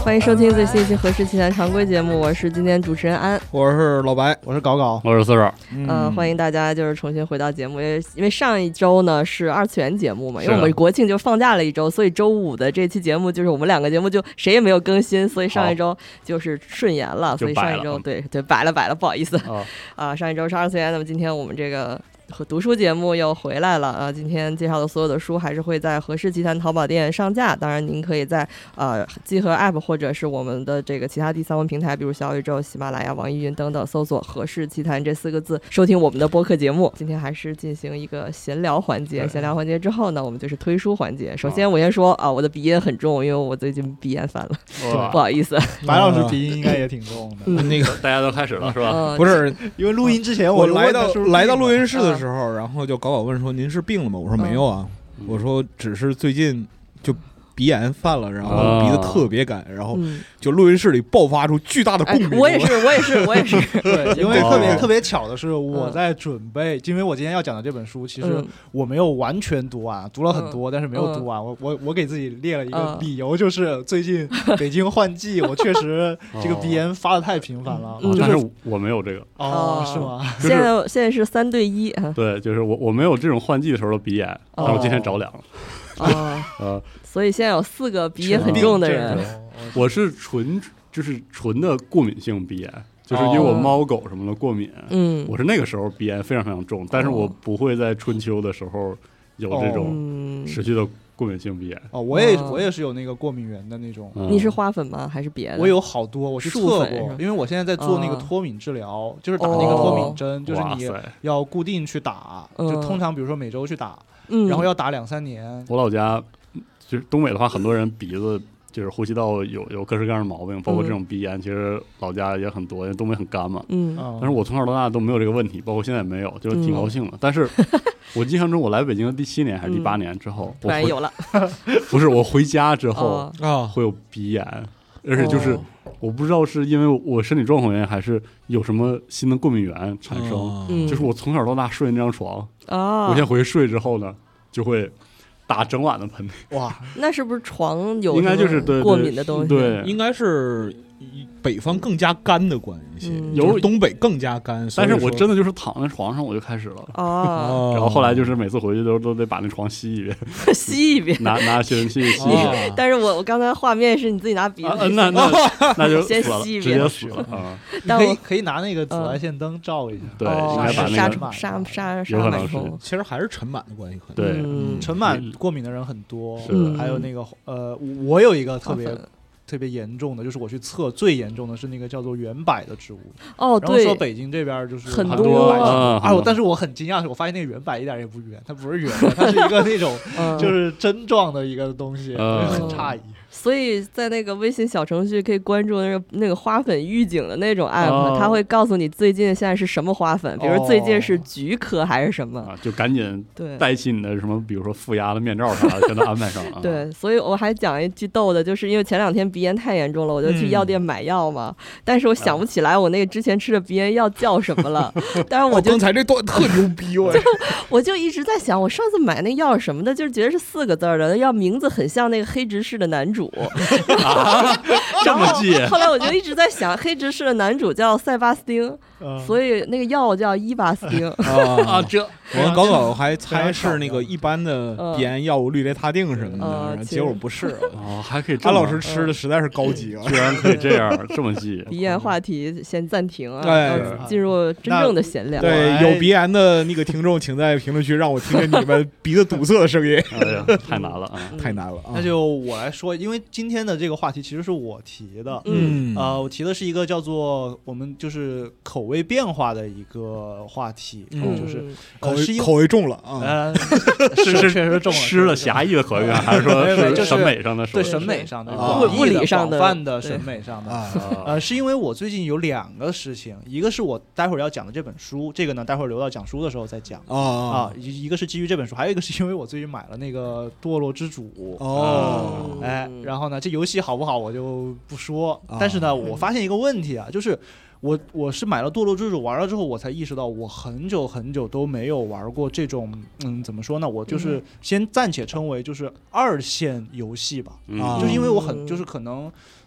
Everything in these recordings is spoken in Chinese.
欢迎收听最新一期《何氏奇谈》常规节目，我是今天主持人安， 我是老白， 我是搞搞， 我是四少。 欢迎大家就是重新回到节目，因为上一周呢是二次元节目嘛，因为我们国庆就放假了一周，所以周五的这期节目就是我们两个节目就谁也没有更新，所以上一周就是顺延了，所以上一周对摆了，不好意思上一周是二次元，那么今天我们这个和读书节目又回来了今天介绍的所有的书还是会在何氏奇谈淘宝店上架，当然您可以在集合 App 或者是我们的这个其他第三方平台，比如小宇宙、喜马拉雅、网易云等等，搜索何氏奇谈这4个字收听我们的播客节目。今天还是进行一个闲聊环节，闲聊环节之后呢，我们就是推书环节。首先我先说我的鼻音很重，因为我最近鼻炎犯了，不好意思。 白老师鼻音应该也挺重的。 那个大家都开始了是吧？ 不是， 因为录音之前我来到录音室的时候，然后就搞问说您是病了吗？我说没有啊，我说只是最近就鼻炎犯了，然后鼻子特别干，然后就录音室里爆发出巨大的共鸣。 我也是对，因为特别巧的是我在准备，因为我今天要讲的这本书其实我没有完全读完，读了很多但是没有读完。我给自己列了一个理由，就是最近北京换季，我确实这个鼻炎发的太频繁了。 但是我没有这个是吗？ 现在是3对1。对， 就是我没有这种换季的时候的鼻炎，但我今天着凉了。 所以现在有4个鼻音很重的人。 我是纯的过敏性鼻炎，就是因为我猫狗什么的过敏。我是那个时候鼻炎非常非常重，但是我不会在春秋的时候有这种持续的过敏性鼻炎。 我也是有那个过敏源的那种。 你是花粉吗？还是别的？ 我有好多，我去测过，因为我现在在做那个脱敏治疗，就是打那个脱敏针，就是你要固定去打，就通常比如说每周去打，然后要打2-3年。 我老家就是东北的话，很多人鼻子就是呼吸道有各式各样的毛病，包括这种鼻炎，其实老家也很多，因为东北很干嘛。但是我从小到大都没有这个问题，包括现在也没有，就是挺高兴的。但是我印象中，我来北京的第7年还是第8年之后， 突然有了。 不是，我回家之后会有鼻炎，而且就是我不知道是因为我身体状况原因，还是有什么新的过敏源产生。就是我从小到大睡那张床，我先回去睡之后呢，就会打整晚的喷嚏。 哇， 那是不是床有应该就是过敏的东西？ 对， 应该是北方更加干的关系，就是东北更加干。 但是我真的就是躺在床上我就开始了然后后来就是每次回去都得把那床吸一遍， 吸一遍， 拿吸尘器吸一遍。 但是我刚才画面是你自己拿鼻子那就先吸一遍， 直接死了但可以拿那个紫外线灯照一下。 对，应该把那个杀螨虫。 其实还是尘螨的关系，可能对， 尘螨过敏的人很多。还有那个我有一个特别严重的，就是我去测最严重的是那个叫做圆柏的植物。 对， 然后说北京这边就是很多但是我很惊讶，是我发现那个圆柏一点也不圆，它不是圆的，它是一个那种就是针状的一个东西，很诧异。 所以在那个微信小程序可以关注那个花粉预警的那种 app，它会告诉你最近现在是什么花粉，比如最近是菊科还是什么就赶紧带起你的什么，比如说负压的面罩啥的，全都安排上了。 对，所以我还讲一句逗的，就是因为前2天鼻炎太严重了，我就去药店买药嘛，但是我想不起来我那个之前吃的鼻炎药叫什么了。但是我就刚才这段特牛逼， 我就一直在想，我上次买那药什么的，就是觉得是4个字的，药名字很像那个黑执事的男主。 这么记？ 后来我就一直在想，黑执事的男主叫塞巴斯汀，所以那个药叫伊巴斯汀我跟搞还猜是那个一般的鼻炎药物氯雷他定什么的，结果不是。 还可以。 安老师吃的实在是高级了， 居然可以这样这么记。 鼻炎话题先暂停进入真正的闲聊。 对，有鼻炎的那个听众，请在评论区让我听见你们鼻子堵塞的声音。 太难了太难了。 那就我来说，因为今天的这个话题其实是我提的。我提的是一个叫做我们就是口味变化的一个话题，就是口味重了啊， 是确实重了， 吃了狭义的口味，还是说审美上的？ 对，审美上的、 物理上的、 广泛的审美上的。是因为我最近有2个事情，一个是我待会儿要讲的这本书，这个呢待会儿留到讲书的时候再讲一个是基于这本书，还有一个是因为我最近买了那个《堕落之主》然后呢这游戏好不好我就不说，但是呢我发现一个问题啊，就是我是买了《堕落之主》玩了之后，我才意识到我很久很久都没有玩过这种怎么说呢？我就是先暂且称为就是2线游戏吧，就是因为我就是可能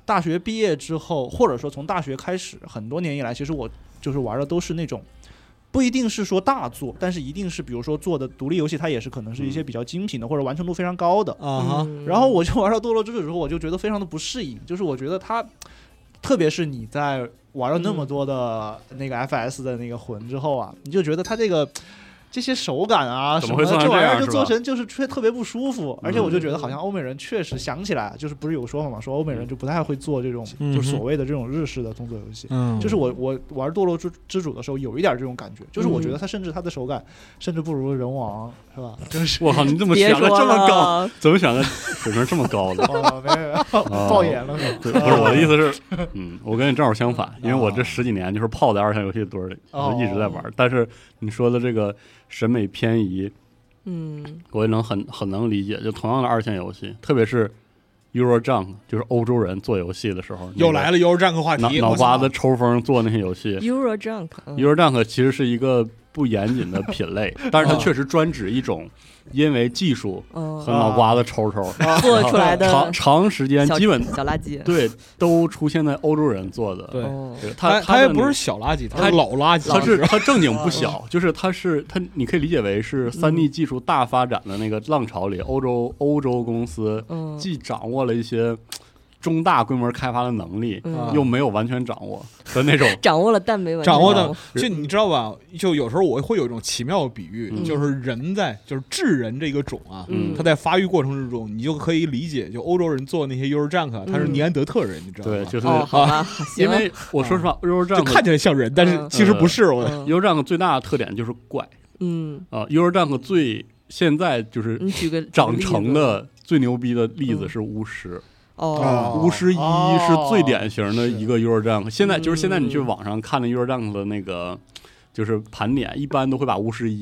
大学毕业之后，或者说从大学开始，很多年以来，其实我就是玩的都是那种。不一定是说大作，但是一定是比如说做的独立游戏，它也是可能是一些比较精品的或者完成度非常高的。然后我就玩到堕落之主之后，我就觉得非常的不适应，就是我觉得它，特别是你在玩了那么多的那个 FS 的那个魂之后啊，你就觉得它这些手感啊什么的，这玩意儿就做成就是特别不舒服，而且我就觉得好像欧美人确实想起来，就是不是有说法嘛，说欧美人就不太会做这种就是所谓的这种日式的动作游戏。就是我玩堕落之主的时候有一点这种感觉，就是我觉得它的手感甚至不如人王，是吧？就是我靠，你怎么想的这么高？怎么想的水平这么高的？ 爆眼了是吧？ 不是我的意思是，我跟你正好相反，因为我这10几年就是泡在二线游戏堆里，就一直在玩。但是你说的这个审美偏移，我也能很能理解。就同样的二线游戏，特别是 Eurojunk， 就是欧洲人做游戏的时候， 又来了 Eurojunk 话题， 脑瓜子抽风做那些游戏。 Eurojunk 其实是一个不严谨的品类，但是它确实专指一种因为技术和脑瓜子抽做出来的长时间基本小垃圾， 对，都出现在欧洲人做的。 对，它也不是小垃圾，它是老垃圾。 它正经不小，就是它你可以理解为是3D 技术大发展的那个浪潮里，欧洲公司既掌握了一些中大规模开发的能力，又没有完全掌握的那种， 掌握了但没完全掌握的。就你知道吧？就有时候我会有一种奇妙的比喻，就是就是智人这个种啊，他在发育过程之中，你就可以理解，就欧洲人做那些 Eurojunk， 他是尼安德特人，你知道吗？ 对，就是好吧， 因为我说实话，Eurojunk 就看起来像人，但是其实不是。 Eurojunk 最大的特点就是怪。Eurojunk 现在就是长成的最牛逼的例子是巫师。巫师1是最典型的一个 Eurojunk。现在你去网上看的 Eurojunk 的那个就是盘点，一般都会把巫师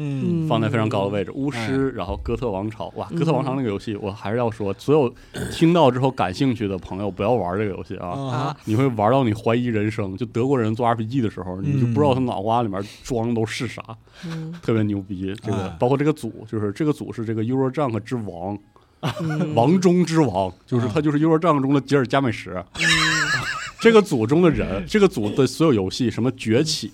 1放在非常高的位置。巫师，然后哥特王朝，哇，哥特王朝那个游戏，我还是要说，所有听到之后感兴趣的朋友不要玩这个游戏啊！你会玩到你怀疑人生。就德国人做 RPG 的时候，你就不知道他脑瓜里面装都是啥，特别牛逼。这个包括这个组，就是这个组是这个 Eurojunk 之王。王中之王，就是他就是 Eurojunk 中的吉尔加美什。这个组中的人，这个组的所有游戏，什么崛起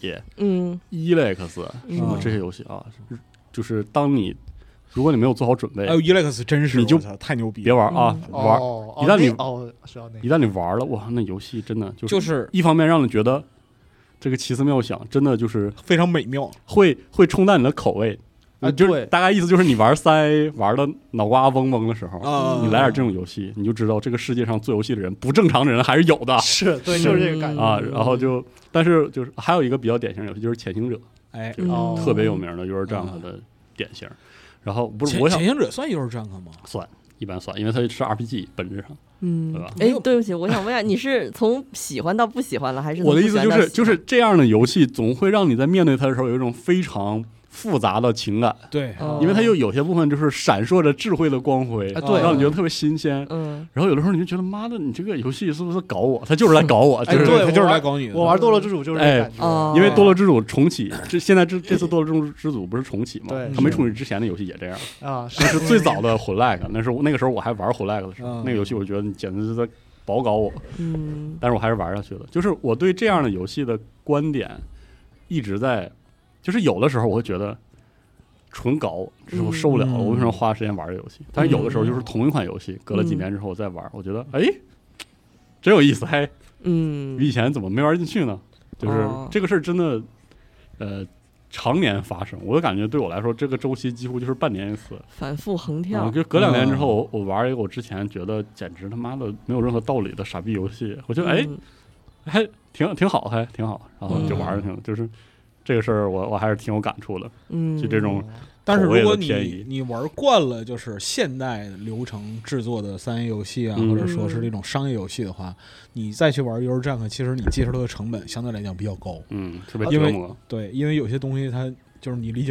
，Elex 什么这些游戏啊，就是如果你没有做好准备， 还有 Elex 真是你就太牛逼， 别玩啊！玩一旦你玩了，哇，那游戏真的就是一方面让你觉得这个奇思妙想，真的就是非常美妙， 会冲淡你的口味。就是大概意思就是你玩3玩的脑瓜嗡嗡的时候，你来点这种游戏，你就知道这个世界上做游戏的人不正常的人还是有的。 是对，就是这个感觉啊。然后但是就是还有一个比较典型的游戏就是潜行者，就是特别有名的 Eurojunk 的典型。然后不是潜行者算 Eurojunk 吗？ 算，一般算，因为它是 RPG 本质上。对吧？ 对不起，我想问一下，你是从喜欢到不喜欢了，还是我的意思就是这样的游戏总会让你在面对它的时候有一种非常复杂的情感。 对， 因为它有些部分就是闪烁着智慧的光辉， 对， 让你觉得特别新鲜。然后有的时候你就觉得妈的，你这个游戏是不是搞我？他就是来搞我， 对，他就是来搞你。 我玩堕落之主就是这感觉， 因为堕落之主重启，现在这次堕落之主不是重启吗？ 对， 他没重启之前的游戏也这样啊。那是最早的魂 like， 那个时候我还玩魂 like 的时候，那个游戏我觉得你简直是在薄搞我。但是我还是玩下去了。就是我对这样的游戏的观点一直在，就是有的时候我会觉得纯搞之后受不了了，我为什么花时间玩这个游戏？但是有的时候就是同一款游戏，隔了几年之后我再玩，我觉得真有意思，比以前怎么没玩进去呢？就是这个事儿真的，常年发生，我的感觉对我来说，这个周期几乎就是半年一次， 反复横跳。 就隔2年之后，我玩一个我之前觉得简直他妈的没有任何道理的傻逼游戏，我觉得还挺好，还挺好，然后就玩了挺，就是这个事儿我还是挺有感触的。就这种。 但是如果你玩惯了就是现代流程制作的3A 游戏啊，或者说是这种商业游戏的话，你再去玩 Eurojunk， 其实你接受的成本相对来讲比较高， 特别折磨。 对，因为有些东西它就是你理解不了。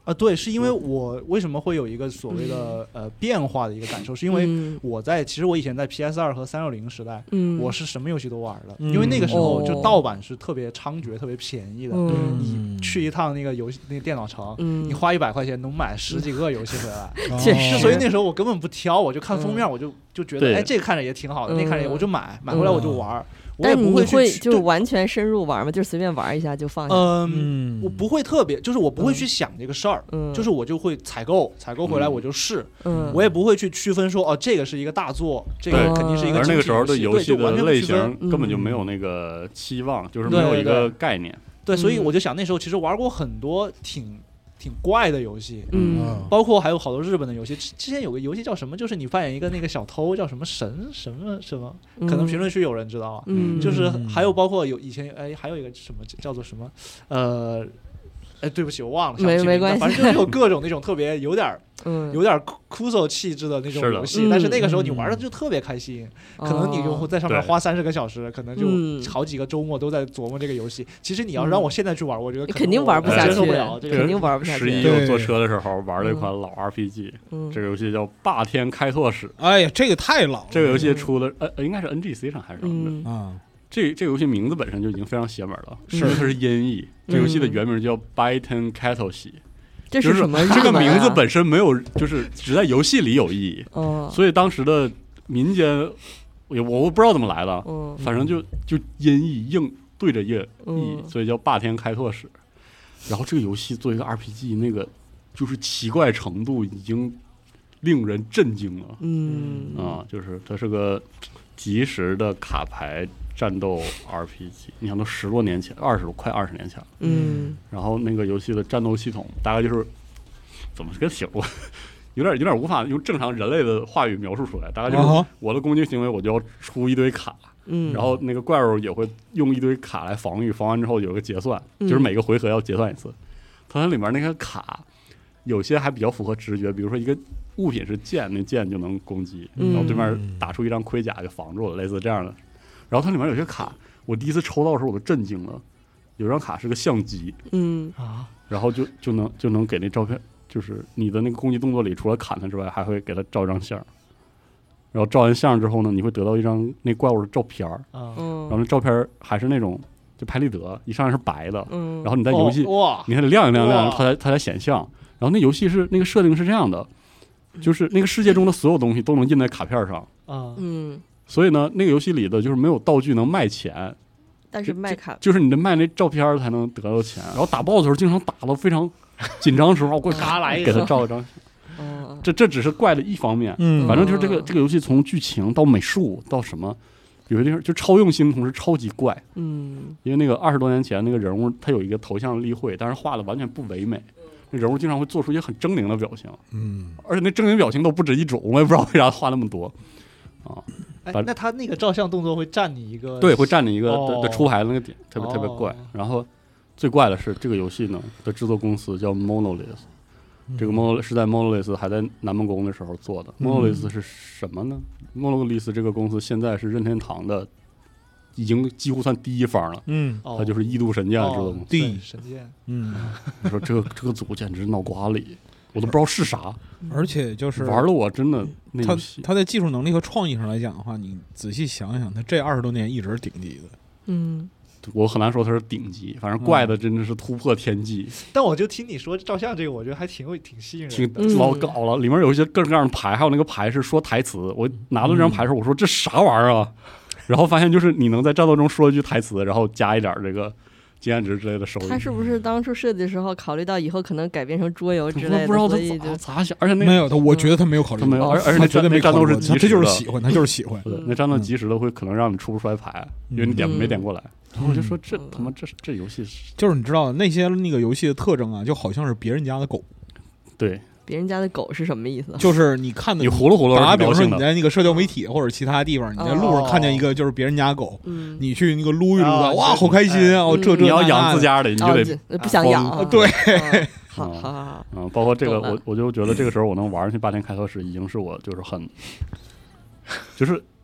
对，是因为我为什么会有一个所谓的变化的一个感受，是因为其实我以前在 PS2 和360时代，我是什么游戏都玩的，因为那个时候就盗版是特别猖獗、特别便宜的。你去一趟那个游戏那个电脑城，你花100块钱能买10几个游戏回来。 确实， 所以那时候我根本不挑，我就看封面，我就觉得这个看着也挺好的，那看着我就买回来我就玩。 但你会就完全深入玩吗？就是随便玩一下就放下？ 我不会特别，就是我不会去想这个事儿，就是我就会采购回来我就试，我也不会去区分说这个是一个大作，这个肯定是一个。 而那个时候的游戏的类型根本就没有那个期望，就是没有一个概念。 对，所以我就想那时候其实玩过很多挺怪的游戏，包括还有好多日本的游戏。之前有个游戏叫什么，就是你扮演一个那个小偷，叫什么神什么，可能评论区有人知道啊。就是还有包括以前还有一个什么叫做什么对不起我忘了， 没关系， 反正就是有各种那种特别有点酷手气质的那种游戏，但是那个时候你玩的就特别开心，可能你就在上面花30个小时，可能就好几个周末都在琢磨这个游戏。其实你要让我现在去玩，我觉得肯定玩不下去， 受不了， 肯定玩不下去。 11我坐车的时候玩了一款老 RPG，这个游戏叫《霸天开拓史》。 哎呀，这个太老了， 这个游戏出了应该是 NGC 上还是什么的啊？这个游戏名字本身就已经非常邪门了，因为它是音译。这游戏的原名叫 Baiten Katoshi， 这是什么？ 这个名字本身没有，就是只在游戏里有意义。所以当时的民间，我不知道怎么来的，反正就音译硬对着译，所以叫霸天开拓史。然后这个游戏作为一个 RPG， 那个就是奇怪程度已经令人震惊了。就是它是个即时的卡牌战斗 RPG， 你想都10多年前快20年前了。然后那个游戏的战斗系统大概就是怎么个形容，有点无法用正常人类的话语描述出来。大概就是我的攻击行为我就要出一堆卡，然后那个怪物也会用一堆卡来防御，防完之后有个结算，就是每个回合要结算一次。它里面那个卡有些还比较符合直觉，比如说一个物品是剑，那剑就能攻击，然后对面打出一张盔甲就防住了，类似这样的。然后它里面有些卡，我第一次抽到的时候我都震惊了。有张卡是个相机，然后就能给那照片，就是你的那个攻击动作里，除了砍它之外，还会给它照一张相。然后照完相之后呢，你会得到一张那怪物的照片，然后那照片还是那种就拍立得，一上来是白的，然后你在游戏你还得亮一亮，它才显像。然后那游戏是那个设定是这样的，就是那个世界中的所有东西都能印在卡片上所以呢，那个游戏里的就是没有道具能卖钱， 但是卖卡就是你得卖那照片才能得到钱。然后打 BOSS 的时候，经常打到非常紧张的时候，我过去嘎来给他照一张。这只是怪的一方面，反正就是这个游戏从剧情到美术到什么，有些地方就超用心，同时超级怪。因为那个20多年前那个人物，他有一个头像立绘，但是画的完全不唯美。那人物经常会做出一些很狰狞的表情，而且那狰狞表情都不止一种，我也不知道为啥画那么多那他那个照相动作会占你一个， 对，会占你一个的出牌的那个点，特别怪。然后最怪的是这个游戏呢的制作公司叫 Monolith，这个 Monolith 是在 Monolith 还在南梦宫的时候做的。Monolith 是什么呢？ Monolith 这个公司现在是任天堂的，已经几乎算第一方了。它就是异度神剑制作公司。 对，神剑。 你说这个组简直脑瓜里。我都不知道是啥， 而且就是玩了我真的那他在技术能力和创意上来讲的话，你仔细想想，他这20多年一直是顶级的。 我很难说他是顶级，反正怪的真的是突破天际。 但我就听你说照相这个，我觉得还挺吸引人的， 挺老搞了。里面有一些各种各样的牌，还有那个牌是说台词。我拿到这张牌的时候，我说这啥玩意儿啊？然后发现就是你能在战斗中说一句台词，然后加一点这个经验值之类的收益。 他是不是当初设计的时候考虑到以后可能改编成桌游之类的？ 不知道他咋想，而且那没有他，我觉得他没有考虑， 没有，而且他绝对没战斗是即时的， 他就是喜欢，他就是喜欢。 那战斗即时的会可能让你出不出来牌，因为你没点过来。然后我就说这他妈这游戏就是你知道那些那个游戏的特征啊，就好像是别人家的狗。 对。 别人家的狗是什么意思？ 就是你看的， 你葫芦葫芦。 打比方说，你在那个社交媒体或者其他地方，你在路上看见一个就是别人家狗，你去那个撸一撸的，哇，好开心啊！ 你要养自家的，你就得不想养。 对， 好， 包括这个，我就觉得这个时候我能玩上去霸天开拓史，已经是我就是很，就是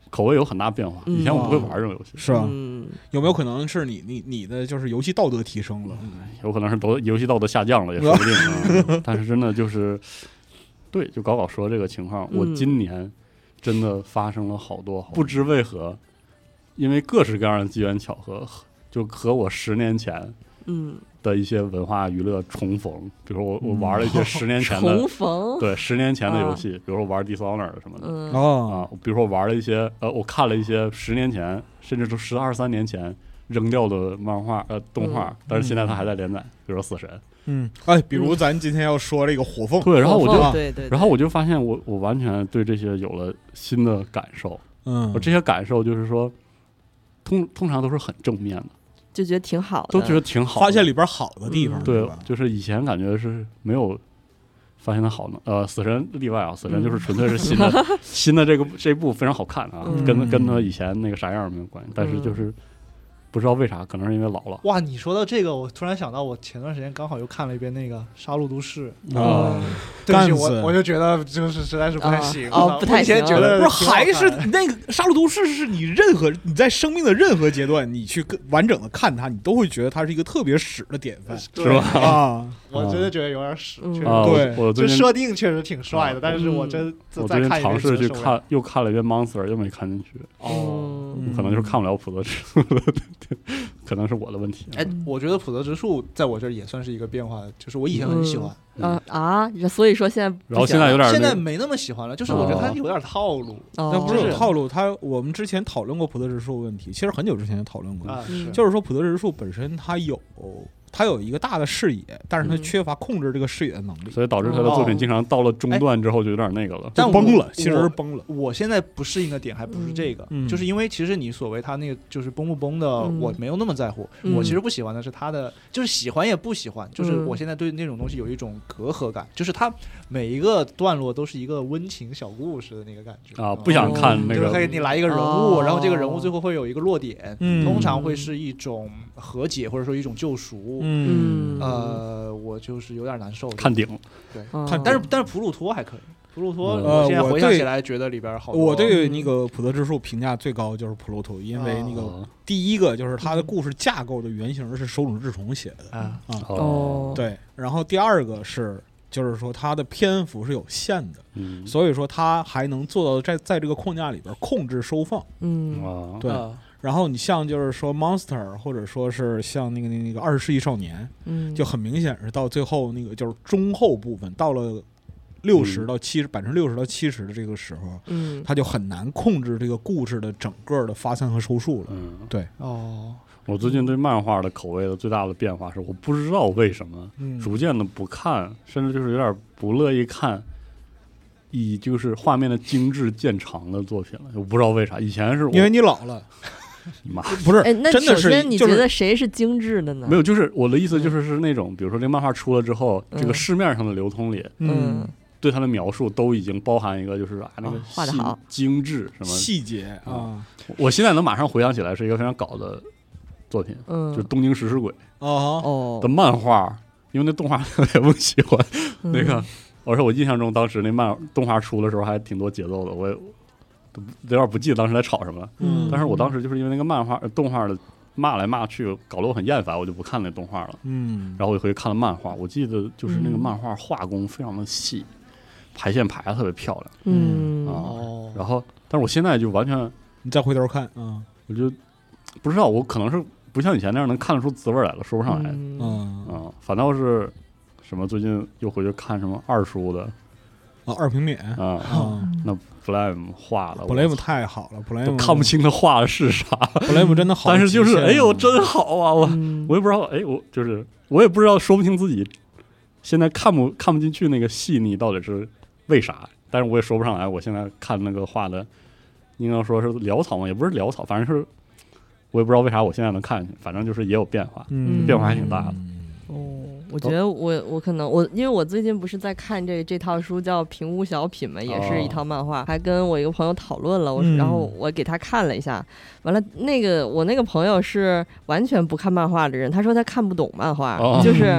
口味有很大变化。以前我不会玩这种游戏， 是吧？有没有可能是你的就是游戏道德提升了？ 有可能是游戏道德下降了，也说不定。但是真的就是，对，就搞说这个情况，我今年真的发生了好多，不知为何，因为各式各样的机缘巧合，就和我10年前的一些文化娱乐重逢。比如我玩了一些10年前的重逢， 对10年前的游戏，比如说玩 Dishonored 什么的比如说玩了一些我看了一些10年前甚至都12、13年前扔掉的漫画动画，但是现在它还在连载，比如说死神。 比如咱今天要说这个火凤， 对，然后我就对， 然后我就发现我完全对这些有了新的感受。我这些感受就是说，通常都是很正面的， 就觉得挺好的， 都觉得挺好的， 发现里边好的地方。 对，就是以前感觉是没有发现它好呢。死神例外啊，死神就是纯粹是新的这部非常好看啊，跟他以前那个啥样没有关系，但是就是不知道为啥，可能是因为老了。 哇，你说到这个，我突然想到，我前段时间刚好又看了一遍那个《杀戮都市》对不起，我就觉得就是实在是不太行不太行。 觉得不是还是那个《杀戮都市》是你在生命的任何阶段，你去完整的看它，你都会觉得它是一个特别屎的典范， 是吧？ 我真的觉得有点屎，确实对， 我这设定确实挺帅的，但是我最近尝试去看，又看了一遍 Monster， 又没看进去。可能就是看不了普泽直树，可能是我的问题。 我觉得普泽直树在我这儿也算是一个变化，就是我以前很喜欢所以说现在， 然后现在有点， 现在没那么喜欢了，就是我觉得他有点套路。 那不是有套路，我们之前讨论过普泽直树的问题，其实很久之前就讨论过，就是说普泽直树本身他有一个大的视野，但是他缺乏控制这个视野的能力， 所以导致他的作品经常到了中段之后就有点那个了， 但崩了，其实是崩了。 我现在不适应的点还不是这个，就是因为其实你所谓他那个就是崩不崩的，我没有那么在乎。我其实不喜欢的是他的，就是喜欢也不喜欢，就是我现在对那种东西有一种隔阂感，就是他每一个段落都是一个温情小故事的那个感觉啊，不想看那个， 就是可以你来一个人物，然后这个人物最后会有一个落点，通常会是一种和解或者说一种救赎。我就是有点难受， 看顶。 对，但是普鲁托还可以，普鲁托我现在回想起来觉得里边好多。 我对那个普泽直树评价最高就是普鲁托，因为那个第一个就是他的故事架构的原型是手冢治虫写的对，然后第二个是就是说他的篇幅是有限的，所以说他还能做到在这个框架里边控制收放，对。然后你像就是说 Monster 或者说是像那个20世纪少年，就很明显是到最后那个就是中后部分到了60%到70%到70%的这个时候，他就很难控制这个故事的整个的发散和收束了。对。 我最近对漫画的口味的最大的变化是，我不知道为什么逐渐的不看，甚至就是有点不乐意看以就是画面的精致见长的作品了。我不知道为啥，以前是因为你老了。 不是， 那真的是， 首先你觉得谁是精致的呢？ 没有，就是我的意思就是那种，比如说这个漫画出了之后，这个市面上的流通里，对它的描述都已经包含一个就是那个画得好、 精致什么细节啊。 我现在能马上回想起来是一个非常搞的作品，就是《东京食尸鬼》的漫画，因为那动画特别不喜欢那个，而且我印象中当时那动画出的时候还挺多节奏的，我也有点不记得当时在吵什么了，但是我当时就是因为那个动画的骂来骂去，搞得我很厌烦，我就不看那动画了。然后我就回去看了漫画，我记得就是那个漫画画工非常的细，排线排的特别漂亮。然后，但是我现在就完全， 你再回头看我就不知道，我可能是不像以前那样能看得出滋味来了，说不上来。反倒是什么最近又回去看什么二叔的。 二平面那 Blame 画的 Blame 太好了，Blame 都看不清他画的是啥 ，Blame 真的好， 但是就是哎呦真好啊，我也不知道，我也不知道，说不清自己现在看不进去那个细腻到底是为啥，但是我也说不上来，我现在看那个画的应该说是潦草嘛，也不是潦草，反正是我也不知道为啥我现在能看进去，反正就是也有变化，变化还挺大的。 我觉得我可能因为我最近不是在看这套书叫《平屋小品》嘛，也是一套漫画，还跟我一个朋友讨论了，然后我给他看了一下，完了我那个朋友是完全不看漫画的人，他说他看不懂漫画，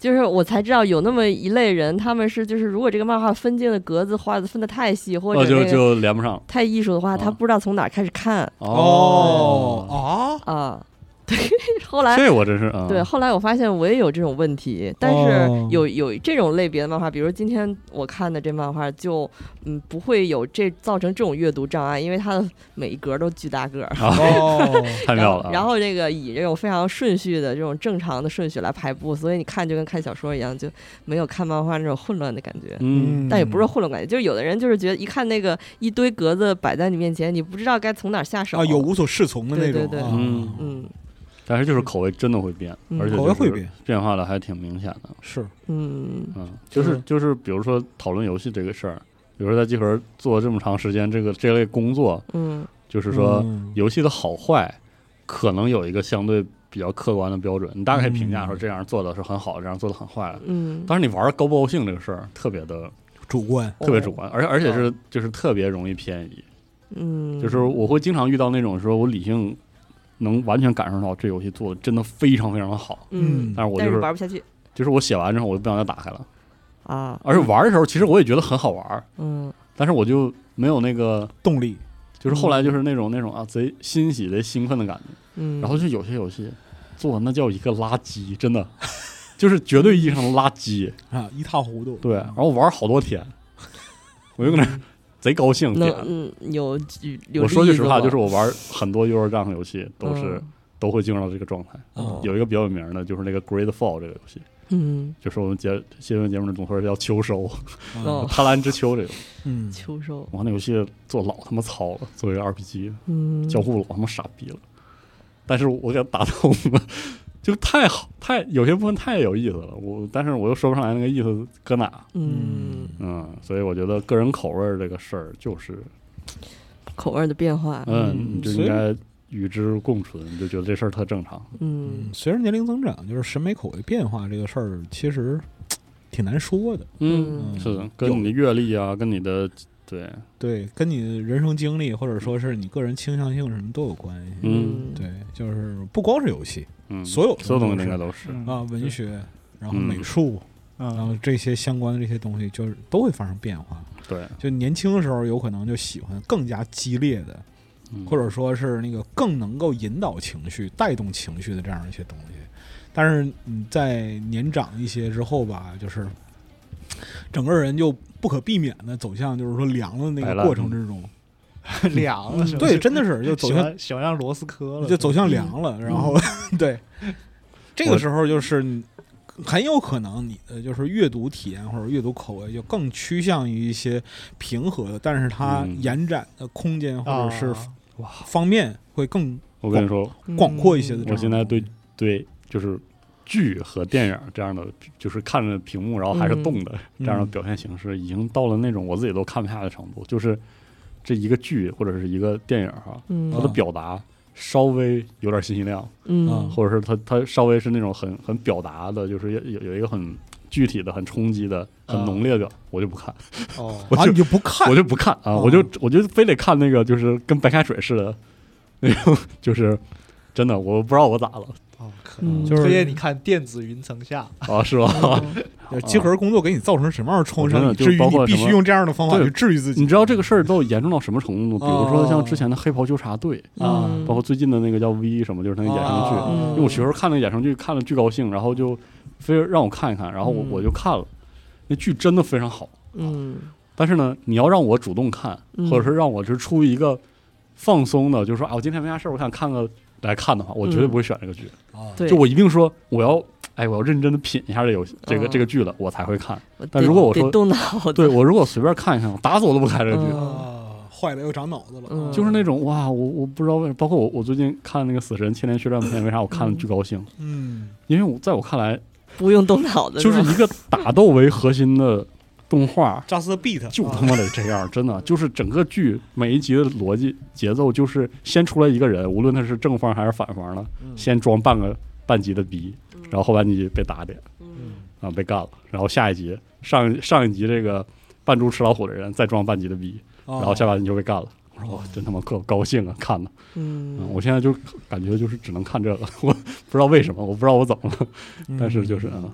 就是我才知道有那么一类人，他们是就是如果这个漫画分镜的格子画的分的太细，或者就连不上， 太艺术的话，他不知道从哪开始看。对，后来这我真是对，后来我发现我也有这种问题，但是有这种类别的漫画，比如今天我看的这漫画就不会有造成这种阅读障碍，因为它的每一格都巨大个太妙了。 然后这个以这种非常顺序的这种正常的顺序来排布，所以你看就跟看小说一样，就没有看漫画那种混乱的感觉。但也不是混乱感觉，就是有的人就是觉得一看那个一堆格子摆在你面前，你不知道该从哪下手有无所适从的那种。 对， 但是就是口味真的会变，而且口味会变化的还挺明显的。 是， 就是比如说讨论游戏这个事儿，比如说在集合做这么长时间这类工作，就是说游戏的好坏可能有一个相对比较客观的标准，你大概可以评价说这样做的是很好，这样做的很坏了。但是你玩高不高兴这个事儿特别的主观， 特别主观，而且是就是特别容易偏移。就是我会经常遇到那种说我理性能完全感受到这游戏做的真的非常非常的好，但是我就是玩不下去， 就是我写完之后我就不想再打开了啊。 而且玩的时候其实我也觉得很好玩，但是我就没有那个动力， 就是后来就是那种贼欣喜贼兴奋的感觉，然后就有些游戏做那叫一个垃圾，真的就是绝对意义上的垃圾啊，一塌糊涂。 对，然后玩好多天，我就搁那贼高兴。 有我说句实话，就是我玩很多 Eurogamer 游戏都会进入到这个状态。有一个比较有名的就是那个 Great Fall 这个游戏，就是我们新闻节目的总说叫秋收，贪婪之秋这个， 秋收。 哇，那游戏做老他妈糙了，作为 RPG，交互老他妈傻逼了，但是我给它打通了。就太好，有些部分太有意思了，但是我又说不上来那个意思搁哪。所以我觉得个人口味这个事儿就是口味的变化， 你就应该与之共存，就觉得这事儿特正常。 随着年龄增长，就是审美口味变化这个事儿，其实挺难说的。 是的，跟你的阅历啊，跟你的对，跟你人生经历或者说是你个人倾向性什么都有关系。对，就是不光是游戏。所有东西应该都是文学，然后美术，然后这些相关的这些东西，就是都会发生变化。 对， 就年轻的时候有可能就喜欢更加激烈的，或者说是那个更能够引导情绪、带动情绪的这样一些东西。但是你在年长一些之后吧，就是整个人就不可避免的走向就是说凉的那个过程之中。 凉了是吧？ 对，真的是就走向小样罗斯科了， 就走向凉了。然后对，这个时候就是很有可能你的就是阅读体验或者阅读口味就更趋向于一些平和的，但是它延展的空间或者是方面会更我跟你说广阔一些的。 我现在对就是剧和电影这样的，就是看着屏幕然后还是动的这样的表现形式，已经到了那种我自己都看不下的程度，就是这一个剧或者是一个电影它的表达稍微有点信息量，或者是它稍微是那种很表达的，就是有一个很具体的、很冲击的、很浓烈的，我就不看。 你就不看， 我就不看啊！我就非得看那个，就是跟白开水似的那种，就是真的，我不知道我咋了。 就是推荐你看《电子云层下》 是吧？ 集合工作给你造成什么样的创伤，以至于你必须用这样的方法去治愈自己。 你知道这个事儿都严重到什么程度？比如说像之前的《黑袍纠察队》包括最近的那个叫 V 什么，就是那个衍生剧。因为我学时候看那个衍生剧，看了巨高兴，然后就非让我看一看，然后我就看了。那剧真的非常好，但是呢，你要让我主动看，或者是让我是出于一个放松的，就是说我今天没啥事儿，我想看个来看的话，我绝对不会选这个剧。就我一定说我要认真的品一下这游戏这个剧了，我才会看。但如果我说动脑子， 对我如果随便看一看，我打死我都不看这个剧。 坏了又长脑子了， 就是那种我不知道为什么，包括我最近看那个《死神：千年血战篇》，为啥我看了巨高兴？因为在我看来不用动脑子， 就是一个打斗为核心的动画 ，Just Beat 就他妈得这样，真的就是整个剧每一集的逻辑节奏就是先出来一个人，无论他是正方还是反方的，先装半集的逼，然后后半集被打脸，被干了，然后下一集上一集这个扮猪吃老虎的人再装半集的逼，然后下半集就被干了。我说真他妈高兴啊，看的。我现在就感觉就是只能看这个，我不知道为什么，我不知道我怎么了，但是就是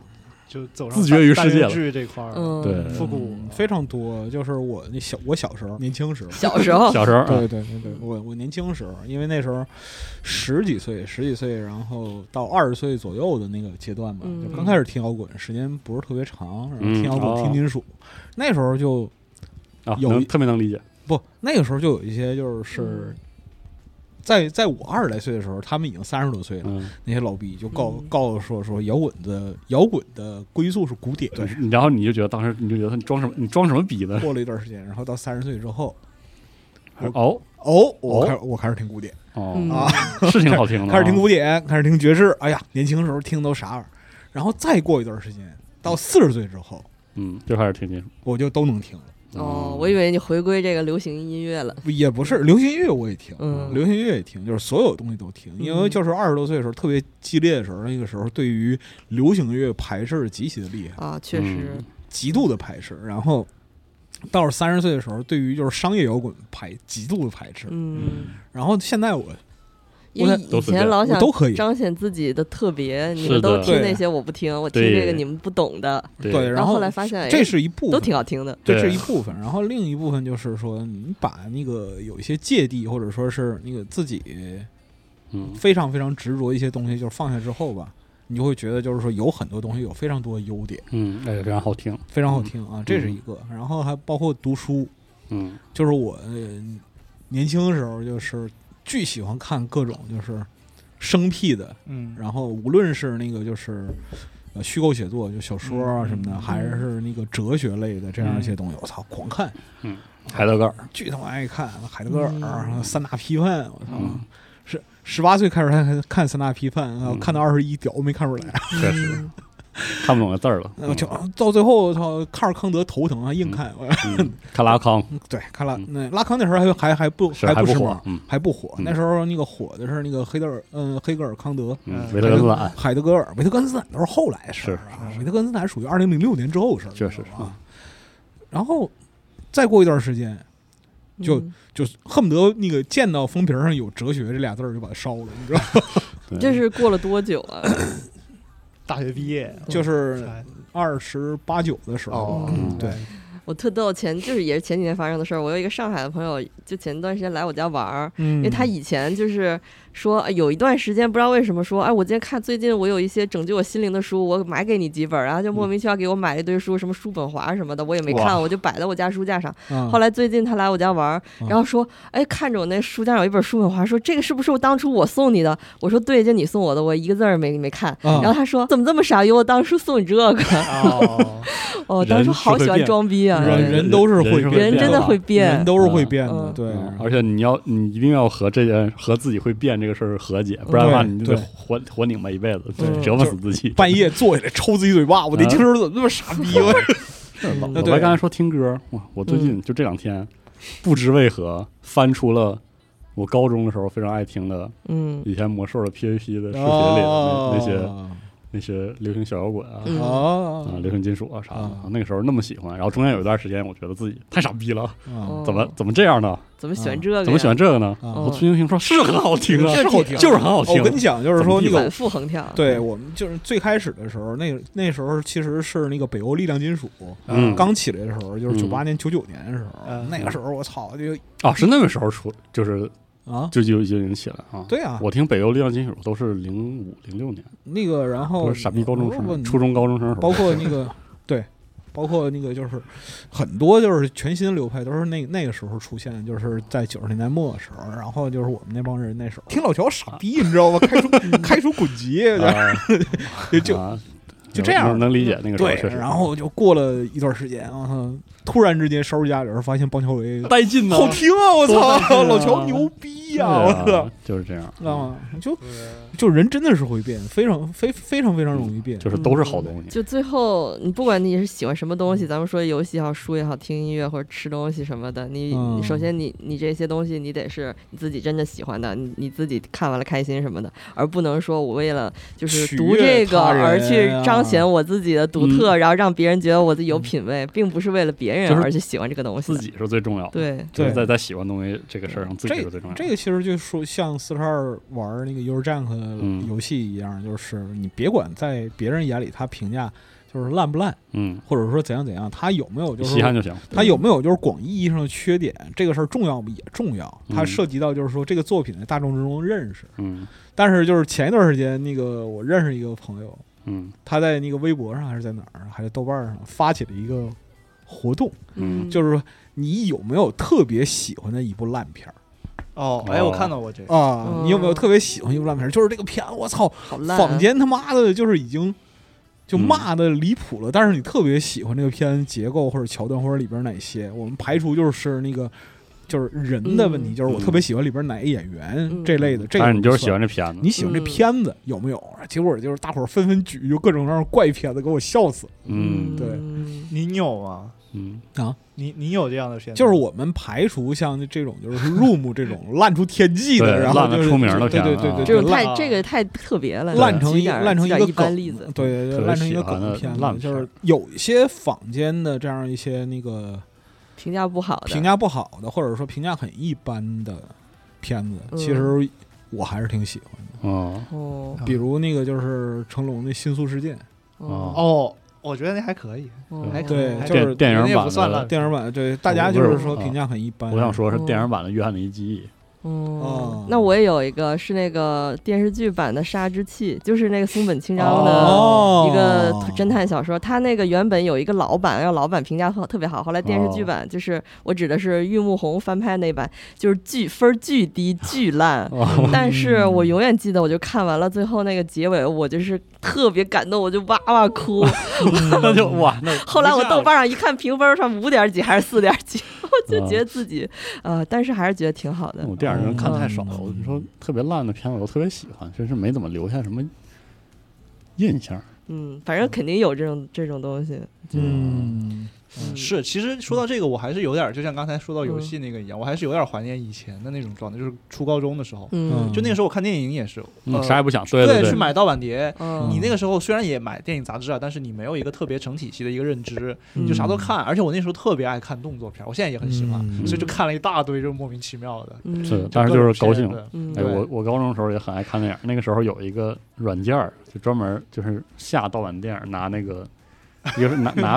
就走自绝于世界了这块儿， 对， 复古非常多。就是我小时候，年轻时候， 小时候， 对，我年轻时候，因为那时候十几岁，然后到20岁左右的那个阶段吧，就刚开始听摇滚，时间不是特别长，然后听摇滚、听金属，那时候就特别能理解。 不，那个时候就有一些就是在我20来岁的时候，他们已经30多岁了，那些老逼就告诉说摇滚的归宿是古典， 对，然后你就觉得当时你就觉得你装什么逼呢？ 过了一段时间，然后到30岁之后，我开始听古典是挺好听的， 开始听古典，开始听爵士，哎呀，年轻时候听都啥玩意儿，然后再过一段时间，到40岁之后， 就开始听金属， 我就都能听了。 我以为你回归这个流行音乐了， 也不是，流行音乐我也听，流行音乐也听，就是所有东西都听，因为就是20多岁的时候特别激烈的时候，那个时候对于流行音乐排斥极其的厉害确实极度的排斥，然后到了30岁的时候，对于就是商业摇滚极度的排斥，然后现在因为以前老想都可以彰显自己的特别，你们都听那些我不听，我听这个你们不懂的。 对， 然后后来发现这是一部分， 都挺好听的。 这是一部分，然后另一部分就是说，你把那个有一些芥蒂，或者说是那个自己非常非常执着一些东西，就是放下之后吧，你就会觉得就是说有很多东西有非常多的优点， 非常好听， 非常好听啊，这是一个。然后还包括读书，就是我年轻的时候就是巨喜欢看各种就是生僻的，然后无论是那个就是虚构写作，就小说啊什么的，还是那个哲学类的这样一些东西，我操，狂看。 海德格尔巨他妈爱看海德格尔，三大批判，我操，是18岁开始看三大批判，看到21屌没看出来， 确实看不懂的字儿了， 就到最后，操，看着康德头疼啊，硬看。 看拉康， 对，看拉康那时候还不时髦，还不火。那时候那个火的是那个黑格尔、康德、 维特根斯坦、 海德格尔、维特根斯坦都是后来的事儿啊。维特根斯坦属于2006年之后的事儿， 确实啊。然后再过一段时间，就恨不得那个见到封皮上有哲学这俩字儿就把它烧了，你知道吗？ 这是过了多久啊？ 大学毕业就是28、29的时候，对。 我特逗，也是前几年发生的事儿。我有一个上海的朋友，就前段时间来我家玩儿，因为他以前就是说有一段时间不知道为什么说，我今天看最近我有一些拯救我心灵的书，我买给你几本，然后就莫名其妙给我买了一堆书，什么叔本华什么的，我也没看，我就摆在我家书架上。后来最近他来我家玩，然后说，看着我那书架上有一本叔本华，说这个是不是当初我送你的？我说对，就你送我的，我一个字儿没看。然后他说怎么这么傻，以为我当初送你这个。当初好喜欢装逼啊！ 人都是会变， 人真的会变， 人都是会变的，对。 而且你一定要和自己会变这个事儿和解，不然的话你就得活拧巴一辈子，折磨死自己。 半夜坐下来抽自己嘴巴，我年轻时候怎么那么傻逼？ 老白刚才说听歌，我最近就这2天，不知为何翻出了我高中的时候非常爱听的，以前魔兽的 PVP 的视频里的那些流行小摇滚流行金属啥的，那个时候那么喜欢，然后中间有一段时间，我觉得自己太傻逼了，怎么这样呢？ 怎么喜欢这个？ 怎么喜欢这个呢？我最近听说是很好听啊， 是好听， 就是很好听。 我跟你讲，就是说那个反复横跳。 对，我们就是最开始的时候，那时候其实是那个北欧力量金属刚起来的时候，就是98年、99年的时候，那个时候我操是那个时候出就是就已经起来啊！ 对啊， 我听北欧力量金属都是05、06年那个，然后都是傻逼高中生、初中高中生， 包括那个对，包括那个就是很多就是全新的流派都是那个时候出现，就是在90年代末的时候，然后就是我们那帮人那时候听老乔傻逼，你知道吗？开出滚节，就这样能理解那个时候确实。 然后就过了一段时间，突然之间收拾家里人，发现邦乔维带劲呢， 好听啊！我操，老乔牛逼呀！我操， 就是这样， 知道吗？就人真的是会变，非常容易变， 就是都是好东西。 就最后你不管你是喜欢什么东西，咱们说游戏也好，书也好，听音乐或者吃东西什么的，你首先你这些东西你得是你自己真的喜欢的，你自己看完了开心什么的，而不能说我为了就是读这个而去彰显我自己的独特，然后让别人觉得我自己有品味，并不是为了别人而去喜欢这个东西， 自己是最重要的。 对， 就是在喜欢东西这个事儿上，自己是最重要的。 这个其实就说像42玩那个 Eurojank 游戏一样，就是你别管在别人眼里他评价就是烂不烂，或者说怎样怎样，它有没有就是稀罕就行， 它有没有就是广义意义上的缺点，这个事儿重要不也重要，它涉及到就是说这个作品的大众之中认识，但是就是前一段时间那个我认识一个朋友，他在那个微博上还是在哪儿，还是豆瓣上发起了一个活动，就是说你有没有特别喜欢的一部烂片儿？ 我看到过这个你有没有特别喜欢一部烂片儿？就是这个片，我操，坊间他妈的就是已经就骂的离谱了，但是你特别喜欢这个片结构或者桥段或者里边哪些，我们排除就是那个就是人的问题，就是我特别喜欢里边哪个演员这类的，这个但是你就是喜欢这片子， 你喜欢这片子有没有？结果就是大伙儿纷纷举就各种各样怪片子，给我笑死。对， 你有吗？你有这样的片子？ 就是我们排除像这种就是Room 这种烂出天际的，然后就是出名的片子， 对， 这个太特别了， 烂成一个一般例子， 对，烂成一个梗片子，就是有一些坊间的这样一些那个评价不好的，或者说评价很一般的片子，其实我还是挺喜欢的。比如那个就是成龙的《新宿事件》。 我觉得那还可以， 对，就是电影版的电影版，对，大家就是说评价很一般。 我想说是电影版的《约翰的一记忆》。 那我也有一个是那个电视剧版的《杀之气》，就是那个松本清张的一个侦探小说。他那个原本有一个老版，让老版评价特别好，后来电视剧版就是我指的是玉木宏翻拍那版，就是分巨低巨烂。但是我永远记得，我就看完了最后那个结尾，我就是特别感动，我就哇哇哭。 那就哇，那后来我豆瓣上一看评分上5点几还是4点几，我就觉得自己但是还是觉得挺好的。 我电影人看太少了，我说特别烂的片子我特别喜欢，真是没怎么留下什么印象。 反正肯定有这种东西。 是，其实说到这个，我还是有点，就像刚才说到游戏那个一样，我还是有点怀念以前的那种状态，就是初高中的时候，就那个时候我看电影也是， 啥也不想， 对，去买盗版碟。你那个时候虽然也买电影杂志啊，但是你没有一个特别成体系的一个认知，你就啥都看。而且我那时候特别爱看动作片，我现在也很喜欢，所以就看了一大堆，就莫名其妙的。 是，但是就是高兴。我高中的时候也很爱看电影，那个时候有一个软件就专门就是下盗版电影，拿那个。一个是拿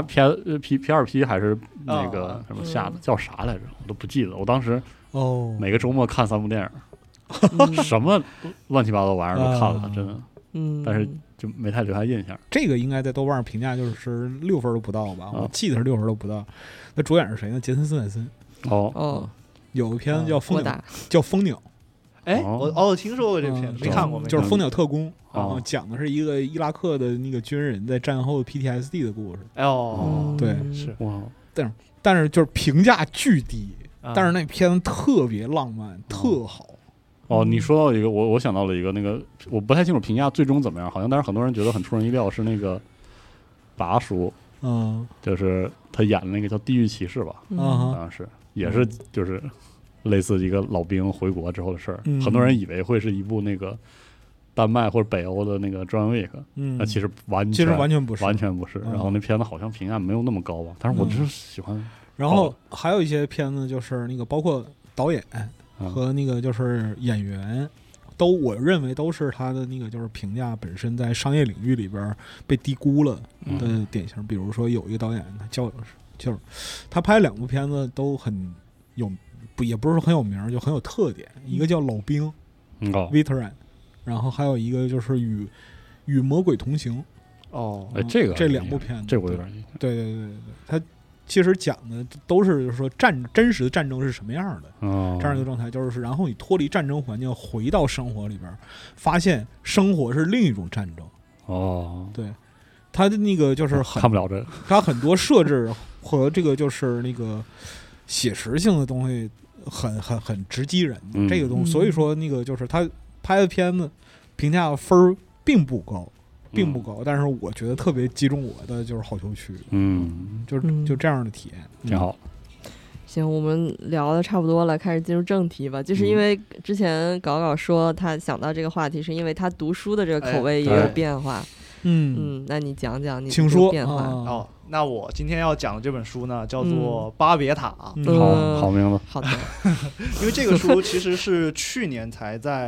P2P 还是那个什么下的，叫啥来着？我都不记得。我当时每个周末看3部电影，什么乱七八糟玩意儿都看了，真的。但是就没太留下印象。 这个应该在豆瓣上评价就是6分都不到吧？我记得是6分都不到。那主演是谁呢？杰森·斯坦森。有个片子叫《蜂鸟》，叫《蜂鸟》。 我听说过这片，没看过。 就是《蜂鸟特工》。讲的是一个伊拉克的那个军人在战后 PTSD 的故事。对， 是哇，但是就是评价巨低，但是那片子特别浪漫，特好。 你说到一个，我想到了一个，那个我不太清楚评价最终怎么样，好像但是很多人觉得很出人意料，是那个拔叔，就是他演的那个叫《地狱骑士》吧，好像是，也是就是类似一个老兵回国之后的事儿，很多人以为会是一部那个。丹麦或者北欧的那个 John Wick，那其实完全不是，完全不是。然后那片子好像评价没有那么高吧，但是我就是喜欢。 然后还有一些片子，就是那个包括导演和那个就是演员，我认为都是他的那个就是评价本身在商业领域里边被低估了的典型。比如说有一个导演，他就是他拍2部片子都很有，也不是说很有名，就很有特点。一个叫《老兵》，Veteran。然后还有一个就是与魔鬼同行。 这 2部片子， 这我有点印象。 对，他其实讲的都是就是说真实的战争是什么样的，这样一个状态，就是然后你脱离战争环境，回到生活里边，发现生活是另一种战争。对，他的那个就是看不了这个， 他很多设置和这个就是那个写实性的东西很直击人的这个东西，所以说那个就是他。拍的片子评价分并不高，但是我觉得特别击中我的就是好球区，就这样的体验， 挺好。 行，我们聊的差不多了，开始进入正题吧。就是因为之前搞说他想到这个话题，是因为他读书的这个口味也有变化。那你讲讲你的变化。 那我今天要讲的这本书呢，叫做《巴别塔》。 好名字。 好的。 因为这个书其实是去年才在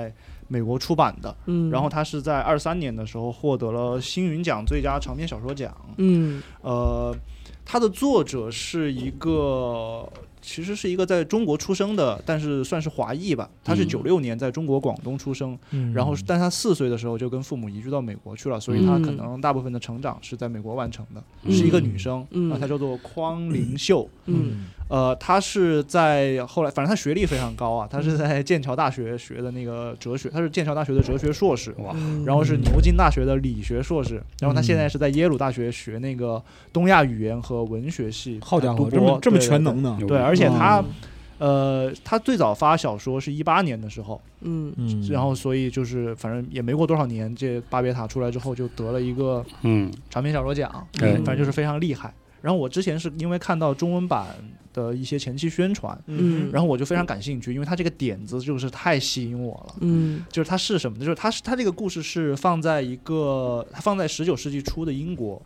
美国出版的，然后他是在23年的时候获得了星云奖最佳长篇小说奖。他的作者是其实是一个在中国出生的，但是算是华裔吧。他是96年在中国广东出生，然后但他4岁的时候就跟父母移居到美国去了，所以他可能大部分的成长是在美国完成的。是一个女生，她叫做匡灵秀。她是在后来，反正她学历非常高啊，她是在剑桥大学学的那个哲学，她是剑桥大学的哲学硕士，然后是牛津大学的理学硕士，然后她现在是在耶鲁大学学那个东亚语言和文学系。 好家伙，这么全能呢？ 对，而且他最早发小说是18年的时候，然后所以就是反正也没过多少年，这巴别塔出来之后就得了一个长篇小说奖，反正就是非常厉害。然后我之前是因为看到中文版的一些前期宣传，然后我就非常感兴趣，因为他这个点子就是太吸引我了。就是它是什么呢？就是他这个故事是放在19世纪初的英国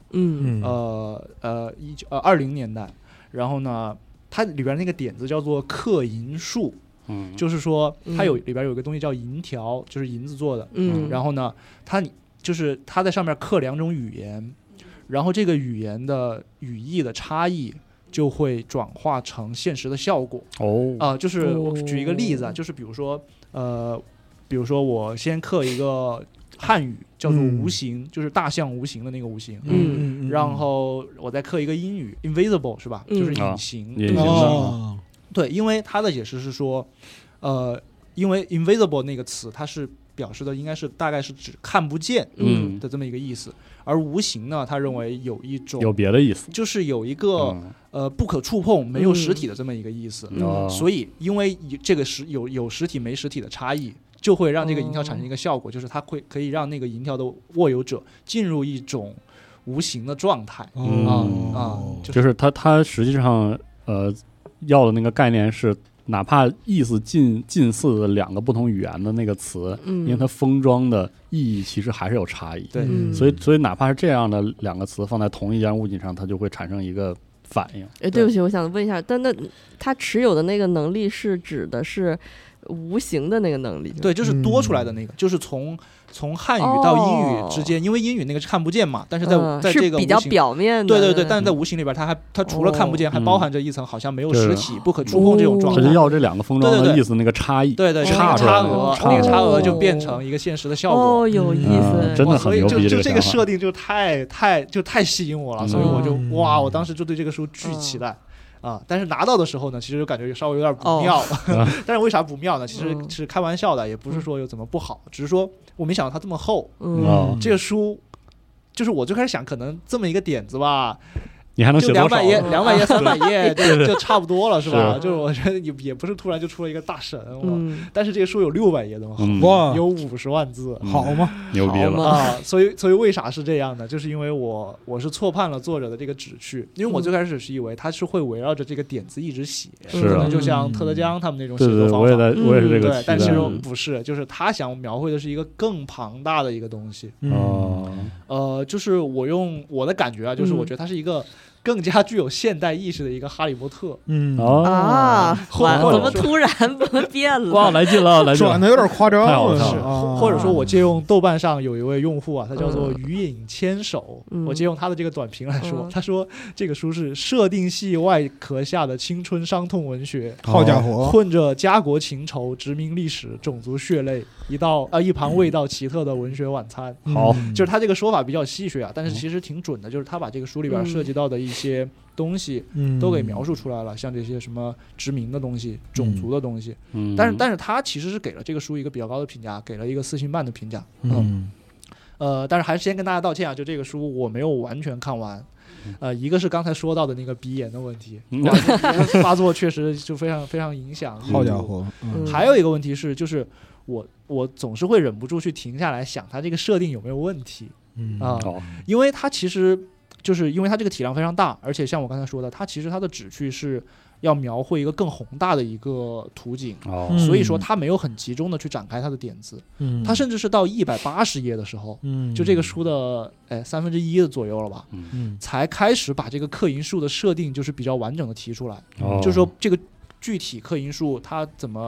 ，20年代，然后呢它里边那个点子叫做刻银术，就是说它里边有一个东西叫银条，就是银子做的，然后呢它在上面刻2种语言，然后这个语言的语义的差异就会转化成现实的效果。就是我举一个例子啊，就是比如说我先刻一个汉语叫做无形，就是大象无形的那个无形，然后我再刻一个英语 invisible 是吧，就是隐形。对，因为他的解释是说因为 invisible 那个词它是表示的应该是大概是指看不见的这么一个意思，而无形呢他认为有别的意思， 就是有一个不可触碰没有实体的这么一个意思。所以因为这个有实体没实体的差异，就会让这个银条产生一个效果，就是它可以让那个银条的握有者进入一种无形的状态。 就是它实际上要的那个概念是，哪怕意思近似的2个不同语言的那个词，因为它封装的意义其实还是有差异。 对， 所以哪怕是这样的2个词放在同一件物体上，它就会产生一个反应。 对不起，我想问一下，但那他持有的那个能力是指的是无形的那个能力？ 对，就是多出来的那个，就是从汉语到英语之间，因为英语那个是看不见嘛，但是在这个是比较表面的。 对，但是在无形里边，它除了看不见，还包含着一层好像没有实体、不可触碰这种状态。 它就要这2个封装的意思那个差异， 对，差额就变成一个现实的效果。 有意思， 真的很牛逼。 就这个设定就太吸引我了，所以我就我当时就对这个书巨期待。但是拿到的时候呢，其实就感觉稍微有点不妙了。但是为啥不妙呢？其实是开玩笑的，也不是说有怎么不好，只是说我没想到它这么厚。这个书就是我最开始想，可能这么一个点子吧， 你还能写多少？200 页、300页就差不多了，是吧？就是我觉得也不是突然就出了一个大神，但是这个书有600页的嘛，有50万字， 好吗？ 牛逼了啊！所以为啥是这样呢？就是因为我是错判了作者的这个旨趣，因为我最开始是以为他是会围绕着这个点子一直写， 可能就像特德·江他们那种写作方法。 我也是这个对，但其实不是，就是他想描绘的是一个更庞大的一个东西。就是我用我的感觉啊，就是我觉得它是一个更加具有现代意识的一个哈利波特。 怎么突然变了？ 哇，来劲了， 转的有点夸张。 或者说我借用豆瓣上有一位用户啊，他叫做余影牵手，我借用他的这个短评来说，他说这个书是设定系外壳下的青春伤痛文学， 好家伙， 混着家国情仇、殖民历史、种族血泪，一盘味道奇特的文学晚餐。 好， 就是他这个说法比较戏谑啊，但是其实挺准的，就是他把这个书里边涉及到的一些东西都给描述出来了，像这些什么殖民的东西、种族的东西。但是他其实是给了这个书一个比较高的评价，给了一个4星半的评价。但是还是先跟大家道歉啊，就这个书我没有完全看完。一个是刚才说到的那个鼻炎的问题，发作确实就非常非常影响。 好家伙！ 还有一个问题是，就是我总是会忍不住去停下来想，它这个设定有没有问题因为它其实就是因为它这个体量非常大，而且像我刚才说的，它其实它的旨趣是要描绘一个更宏大的一个图景，所以说它没有很集中的去展开它的点子，它甚至是到180页的时候，就这个书的1/3的左右了吧，才开始把这个刻银术的设定就是比较完整的提出来，就是说这个具体刻银术它怎么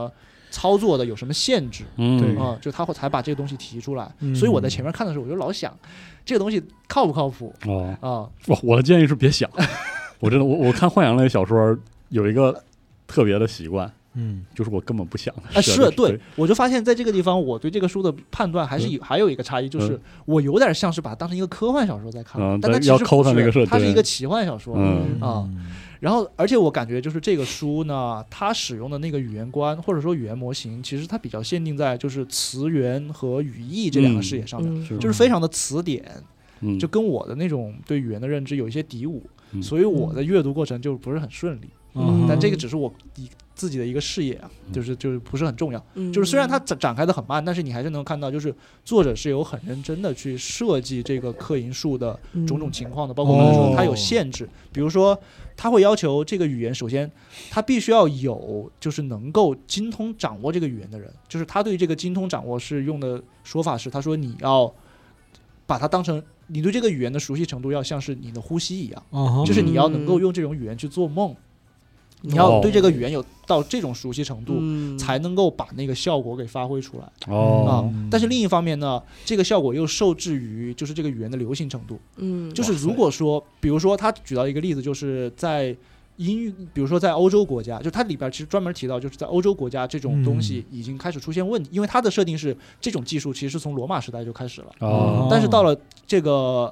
操作的有什么限制， 对就他才把这个东西提出来。所以我在前面看的时候，我就老想这个东西靠不靠谱我的建议是别想。我真的我看幻想类小说有一个特别的习惯，就是我根本不想是对，我就发现在这个地方我对这个书的判断还有一个差异，就是我有点像是把它当成一个科幻小说在看，但它其实不是，它是一个奇幻小说然后而且我感觉就是这个书呢，它使用的那个语言观或者说语言模型，其实它比较限定在就是词源和语义这两个视野上面，就是非常的词典，就跟我的那种对语言的认知有一些敌伍，所以我的阅读过程就不是很顺利。但这个只是我自己的一个视野就是不是很重要。就是虽然它展开的很慢，但是你还是能看到，就是作者是有很认真的去设计这个克银数的种种情况的，包括刚才说它有限制，比如说他会要求这个语言，首先他必须要有就是能够精通掌握这个语言的人，就是他对这个精通掌握是用的说法是，他说你要把它当成你对这个语言的熟悉程度要像是你的呼吸一样，就是你要能够用这种语言去做梦。你要对这个语言有到这种熟悉程度，才能够把那个效果给发挥出来但是另一方面呢，这个效果又受制于就是这个语言的流行程度。就是如果说比如说他举到一个例子，就是在英语，比如说在欧洲国家，就它里边其实专门提到，就是在欧洲国家这种东西已经开始出现问题，因为它的设定是这种技术其实是从罗马时代就开始了但是到了这个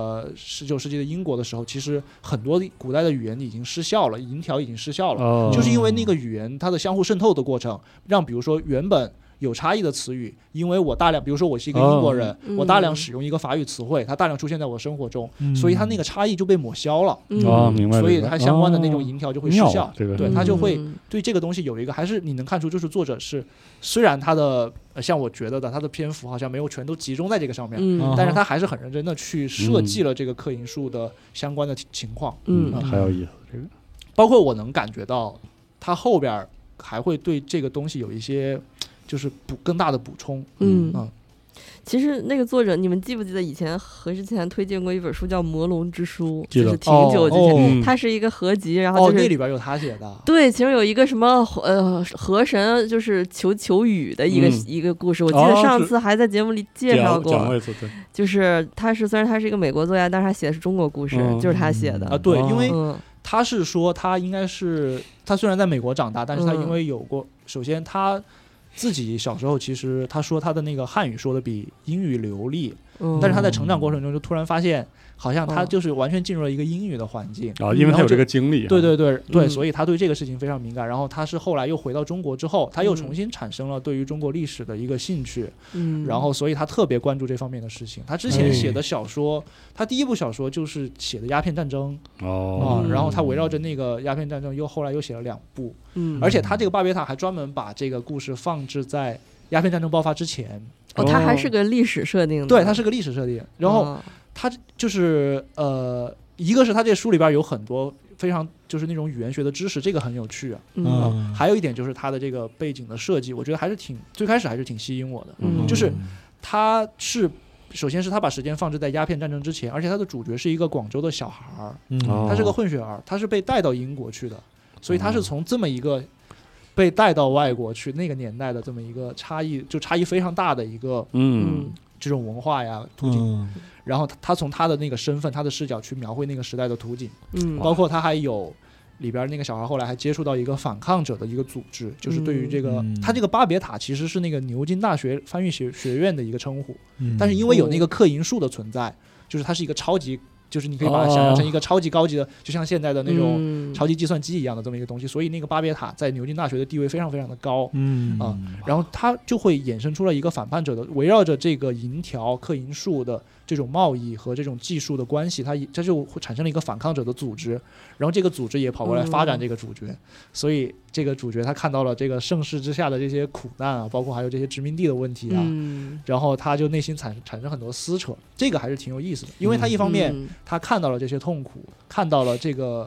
19世纪的英国的时候，其实很多古代的语言已经失效了，银条已经失效了就是因为那个语言它的相互渗透的过程，让比如说原本有差异的词语，因为我大量，比如说我是一个英国人我大量使用一个法语词汇，它大量出现在我生活中所以它那个差异就被抹消了明白， 所以它相关的那种银条就会失效对，它就会对这个东西有一个，还是你能看出就是作者是虽然他的像我觉得的他的篇幅好像没有全都集中在这个上面但是他还是很认真的去设计了这个克银数的相关的情况还有意思，这个包括我能感觉到他后边还会对这个东西有一些就是更大的补充其实那个作者，你们记不记得以前何之前推荐过一本书叫《魔龙之书》，就是挺久之前它是一个合集，然后就是那里边有他写的对，其中有一个什么河神就是求雨的一个故事，我记得上次还在节目里介绍过就是虽然他是一个美国作家，但是他写的是中国故事就是他写的对，因为他是说他应该是他虽然在美国长大，但是他因为有过首先他自己小时候其实他说他的那个汉语说的比英语流利但是他在成长过程中就突然发现好像他就是完全进入了一个英语的环境因为他有这个经历对所以他对这个事情非常敏感，然后他是后来又回到中国之后他又重新产生了对于中国历史的一个兴趣然后所以他特别关注这方面的事情。他之前写的小说他第一部小说就是写的鸦片战争然后他围绕着那个鸦片战争后来又写了2部而且他这个巴别塔还专门把这个故事放置在鸦片战争爆发之前它还是个历史设定的对，它是个历史设定然后它就是一个是它这书里边有很多非常就是那种语言学的知识，这个很有趣还有一点就是它的这个背景的设计，我觉得还是最开始还是挺吸引我的就是它是首先是他把时间放置在鸦片战争之前，而且他的主角是一个广州的小孩他是个混血儿，他是被带到英国去的，所以他是从这么一个被带到外国去那个年代的这么一个差异非常大的一个这种文化呀途径然后他从他的那个身份他的视角去描绘那个时代的图景包括他还有里边那个小孩后来还接触到一个反抗者的一个组织，就是对于这个他这个巴别塔其实是那个牛津大学翻译学院的一个称呼但是因为有那个克银数的存在就是它是一个超级就是你可以把它想象成一个超级高级的就像现在的那种超级计算机一样的这么一个东西所以那个巴别塔在牛津大学的地位非常非常的高然后它就会衍生出了一个反叛者的围绕着这个银条克银数的这种贸易和这种技术的关系它就会产生了一个反抗者的组织然后这个组织也跑过来发展这个主角所以这个主角他看到了这个盛世之下的这些苦难包括还有这些殖民地的问题然后他就内心产生很多撕扯这个还是挺有意思的因为他一方面他看到了这些痛苦看到了这个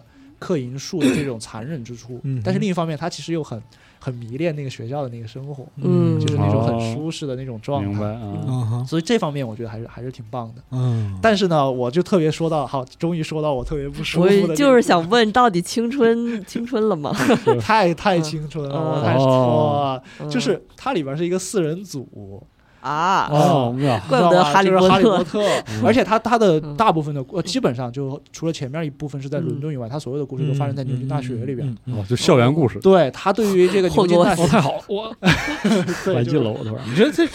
课银术的这种残忍之处，但是另一方面他其实又很迷恋那个学校的那个生活，就是那种很舒适的那种状态，所以这方面我觉得还是挺棒的。但是呢，我就特别说到，好，终于说到我特别不舒服的， 我就是想问，到底青春了吗？ 太青春了，我太说，就是它里边是一个4人组。 怪不得哈利波特， 而且他的大部分的基本上就除了前面一部分是在伦敦以外，他所有的故事都发生在牛津大学里边， 就校园故事。 对，他对于这个牛津大学太好了，我来劲了，我突然， 你这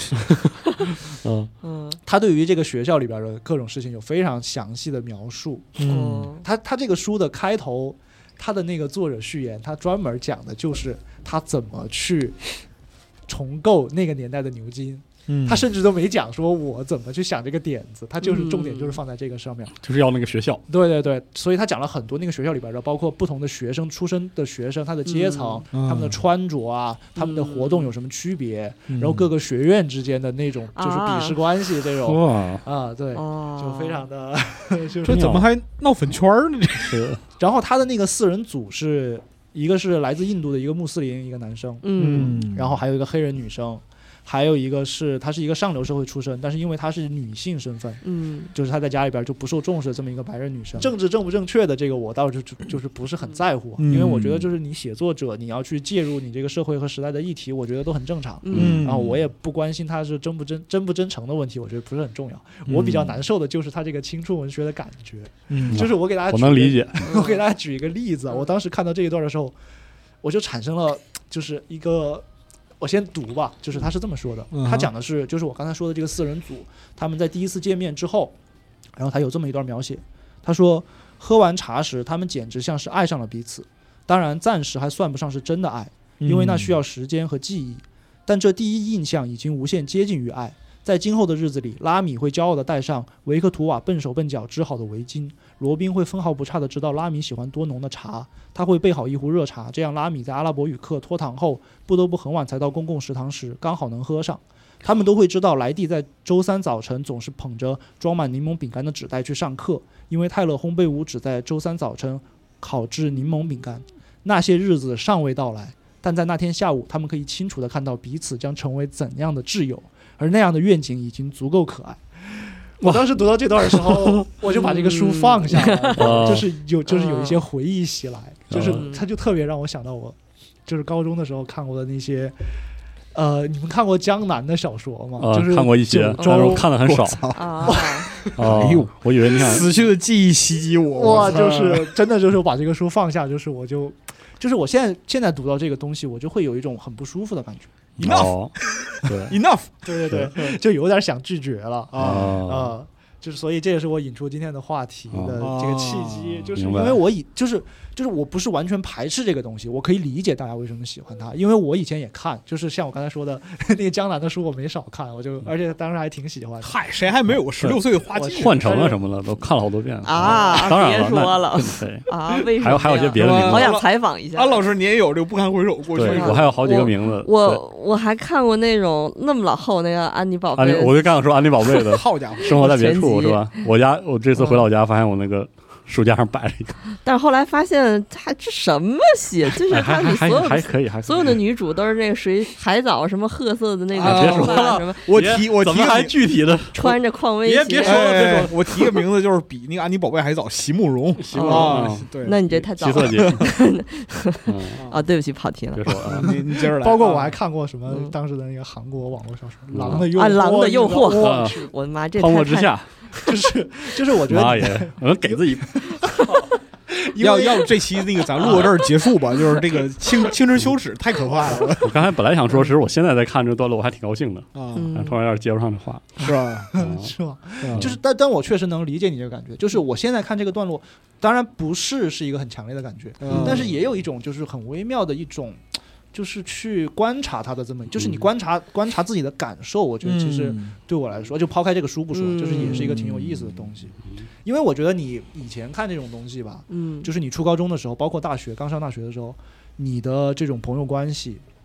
他对于这个学校里边的各种事情有非常详细的描述。他这个书的开头，他的那个作者序言，他专门讲的就是他怎么去重构那个年代的牛津。他甚至都没讲说我怎么去想这个点子，他就是重点就是放在这个上面， 就是要那个学校。 对，所以他讲了很多那个学校里边的，包括不同的学生出身的学生，他的阶层，他们的穿着啊，他们的活动有什么区别，然后各个学院之间的那种就是鄙视关系这种对，就非常的这怎么还闹粉圈呢？这是。 然后他的那个4人组是一个是来自印度的一个穆斯林一个男生，然后还有一个黑人女生。还有一个是她是一个上流社会出身，但是因为她是女性身份，就是她在家里边就不受重视的这么一个白人女生。政治正不正确的这个我倒就是不是很在乎，因为我觉得就是你写作者你要去介入你这个社会和时代的议题，我觉得都很正常。然后我也不关心她是真不真诚的问题，我觉得不是很重要。我比较难受的就是她这个青春文学的感觉，就是我给大家我能理解， 我给大家举一个例子，我当时看到这一段的时候，我就产生了就是一个。我先读吧，就是他是这么说的，他讲的是就是我刚才说的这个4人组，他们在第一次见面之后，然后他有这么一段描写，他说喝完茶时他们简直像是爱上了彼此，当然暂时还算不上是真的爱，因为那需要时间和记忆，但这第一印象已经无限接近于爱。在今后的日子里，拉米会骄傲地戴上维克图瓦笨手笨脚织好的围巾，罗宾会分毫不差地知道拉米喜欢多浓的茶，他会备好一壶热茶，这样拉米在阿拉伯语课脱堂后不得不很晚才到公共食堂时刚好能喝上。他们都会知道莱蒂在周3早晨总是捧着装满柠檬饼干的纸袋去上课，因为泰勒烘焙屋只在周3早晨烤制柠檬饼干。那些日子尚未到来，但在那天下午他们可以清楚地看到彼此将成为怎样的挚友，而那样的愿景已经足够可爱。我当时读到这段的时候，我就把这个书放下了，就是有一些回忆袭来，就是它就特别让我想到我就是高中的时候看过的那些，你们看过江南的小说吗？就是看过一些，但是我看的很少。 哎呦， 我以为你想死去的记忆袭击我， 哇，就是真的就是把这个书放下，就是我现在读到这个东西，我就会有一种很不舒服的感觉。 Enough， 对 ，Enough， 对，就有点想拒绝了就是所以这也是我引出今天的话题的这个契机，就是因为我就是我不是完全排斥这个东西，我可以理解大家为什么喜欢它，因为我以前也看，就是像我刚才说的那个江南的书我没少看，而且当时还挺喜欢的。 嗨，谁还没有16岁的花季？ 换乘啊什么的都看了好多遍当然别说了为什么？ 还有一些别的名字， 好想采访一下。 安老师，你也有这个不堪回首过去？ 对，我还有好几个名字。 我还看过那种那么老厚那个安妮宝贝， 我就刚想说安妮宝贝的， 好家伙， 生活在别处是吧？我这次回老家发现我那个书架上摆了一个， 但是后来发现它这什么写，就是它里所有的女主都是那个水海藻什么褐色的那个， 别说了什么， 我提怎么还具体的穿着匡威鞋， 别说了，我提个名字就是比那个安妮宝贝还早，席慕容对， 那你这太早了。 七色姐对不起，跑题了。 别说了， 你接着来。 包括我还看过什么当时的那个韩国网络小说《狼的诱惑》，我的妈，这荒漠之下。 就是我觉得妈耶，我能给自己要这期那个咱录到这儿结束吧，就是这个青春羞耻太可怕了。 我刚才本来想说，其实我现在在看这个段落，我还挺高兴的突然有点接不上这话， 是吧？ 是吧？就是但我确实能理解你这个感觉，就是我现在看这个段落，当然不是一个很强烈的感觉，但是也有一种就是很微妙的一种。就是去观察他的这么，就是你观察自己的感受，我觉得其实对我来说，就抛开这个书不说，就是也是一个挺有意思的东西。因为我觉得你以前看这种东西吧，就是你初高中的时候，包括大学刚上大学的时候，你的这种朋友关系，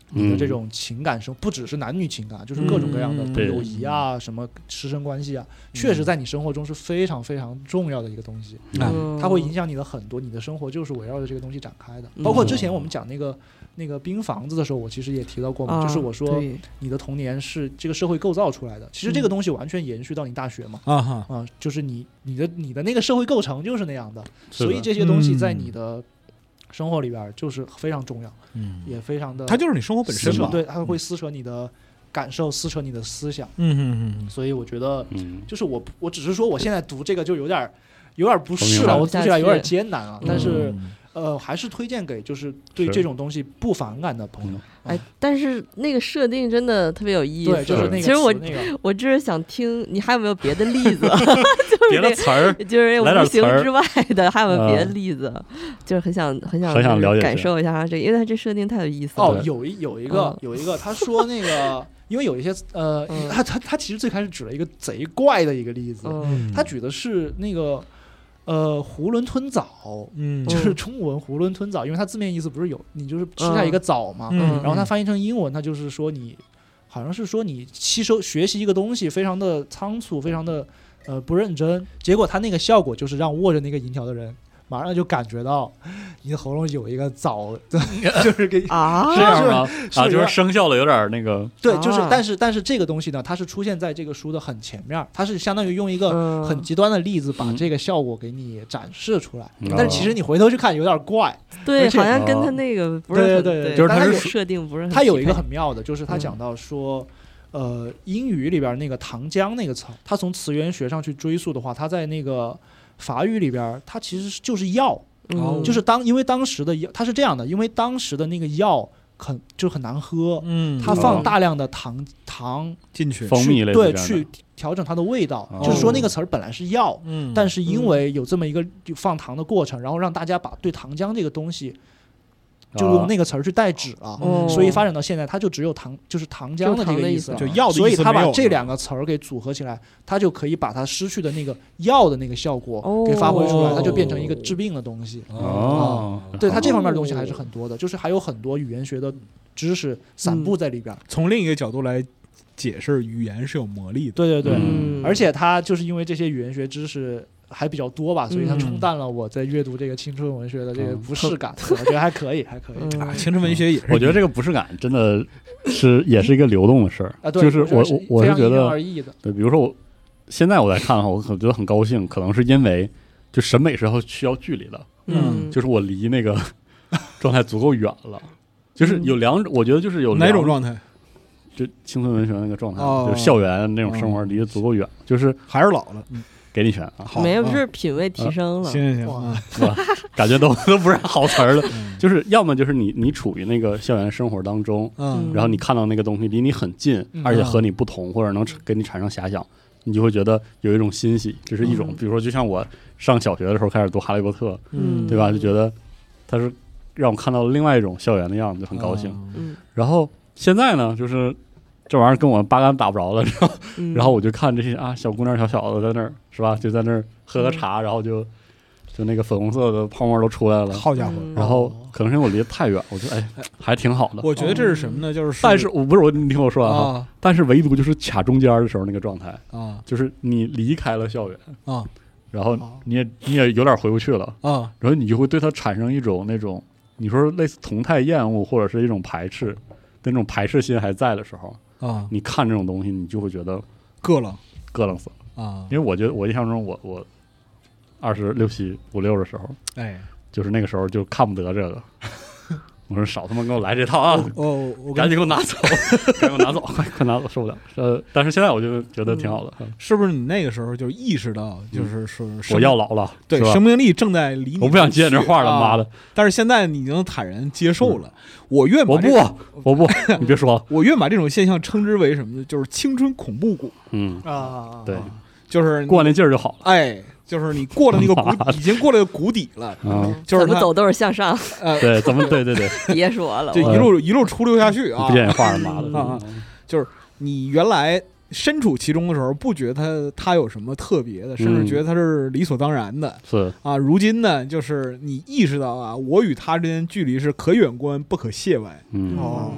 你的这种情感生，不只是男女情感，就是各种各样的友谊啊，什么师生关系啊，确实在你生活中是非常非常重要的一个东西。它会影响你的很多，你的生活就是围绕着这个东西展开的。包括之前我们讲那个冰房子的时候，我其实也提到过嘛，就是我说你的童年是这个社会构造出来的，其实这个东西完全延续到你大学嘛，就是你的那个社会构成就是那样的，所以这些东西在你的生活里边就是非常重要，也非常的， 它就是你生活本身嘛， 对，它会撕扯你的感受，撕扯你的思想，所以我觉得，就是我只是说我现在读这个就有点不适了，我读起来有点艰难啊，但是。还是推荐给就是对这种东西不反感的朋友。 但是那个设定真的特别有意思。 对，就是那个。 其实我只是想听，你还有没有别的例子？ 别的词儿， 就是无形之外的，还有没有别的例子？就是很想了解， 感受一下这，因为它这设定太有意思了。 哦，有一个，他说那个。因为有一些他其实最开始举了一个贼怪的一个例子，他举的是那个囫囵吞枣，就是中文囫囵吞枣，因为它字面意思不是有你就是吃下一个枣嘛，然后它翻译成英文，它就是说你好像是说你学习一个东西非常的仓促，非常的不认真，结果它那个效果就是让握着那个银条的人马上就感觉到你的喉咙有一个枣，就是给这样吗？就是生效了有点那个。 对，就是但是这个东西呢，它是出现在这个书的很前面，它是相当于用一个很极端的例子把这个效果给你展示出来。但是其实你回头去看有点怪， 对，好像跟他那个不是对， 就是它设定不是很。 它有一个很妙的，就是他讲到说。英语里边那个糖浆那个词，它从词源学上去追溯的话，它在那个法语里边，它其实就是药，就是因为当时的药，它是这样的，因为当时的那个药就很难喝，它放大量的糖进去， 蜂蜜类对，去调整它的味道，就是说那个词儿本来是药，但是因为有这么一个放糖的过程，然后让大家把对糖浆这个东西。就用那个词儿去代指了，所以发展到现在，它就只有就是糖浆的这个意思， 就药的意思。 所以他把这两个词儿给组合起来，他就可以把它失去的那个药的那个效果给发挥出来，它就变成一个治病的东西。对，它这方面的东西还是很多的，就是还有很多语言学的知识散布在里边。 从另一个角度来解释，语言是有魔力的。 对，而且它就是因为这些语言学知识。还比较多吧，所以它冲淡了我在阅读这个青春文学的这个不适感，我觉得还可以啊。青春文学也是， 我觉得这个不适感真的也是一个流动的事儿啊。 就是我是觉得， 对， 比如说现在我在看的话，我可能觉得很高兴，可能是因为就审美是需要距离的，就是我离那个状态足够远了，就是有两种，我觉得就是有哪种状态， 就青春文学那个状态，就是校园那种生活离得足够远，就是还是老了。 给你选啊， 没有，就是品味提升了。 行， 感觉都不是好词儿了。就是要么就是你处于那个校园生活当中，然后你看到那个东西离你很近，而且和你不同，或者能给你产生遐想，你就会觉得有一种欣喜。这是一种，比如说，就像我上小学的时候开始读《哈利波特》，对吧？就觉得它是让我看到了另外一种校园的样子，就很高兴。然后现在呢，就是这玩意儿跟我八竿打不着了，然后我就看这些小姑娘小子在那儿是吧，就在那儿喝个茶，然后就那个粉红色的泡沫都出来了， 好家伙！ 然后可能是我离得太远，我觉得还挺好的。 我觉得这是什么呢？就是但是你听我说啊，但是唯独就是卡中间的时候那个状态啊，就是你离开了校园啊，然后你也有点回不去了啊，然后你就会对它产生一种那种你说类似同态厌恶或者是一种排斥，那种排斥心还在的时候。你看这种东西，你就会觉得膈冷死了啊！因为我觉得我印象中，我26、7、56的时候，就是那个时候就看不得这个。我说少他妈给我来这套啊！赶紧给我拿走，赶紧给我拿走，快拿走，受不了。但是现在我就觉得挺好的。 是不是你那个时候就意识到，就是说我要老了， 对，生命力正在离你， 我不想接这话了，妈的！ 但是现在你已经坦然接受了。我不， 你别说了， 我愿把这种现象称之为什么呢？就是青春恐怖谷。 对， 就是过那劲儿就好了。 就是你过了那个谷，已经过了谷底了，就是怎么走都是向上。 对，怎么对， 别说了， 就一路出溜下去啊！ 不见话了，妈的就是你原来身处其中的时候，不觉得它有什么特别的，甚至觉得它是理所当然的。 是啊，如今呢，就是你意识到我与他之间距离是可远观不可亵玩。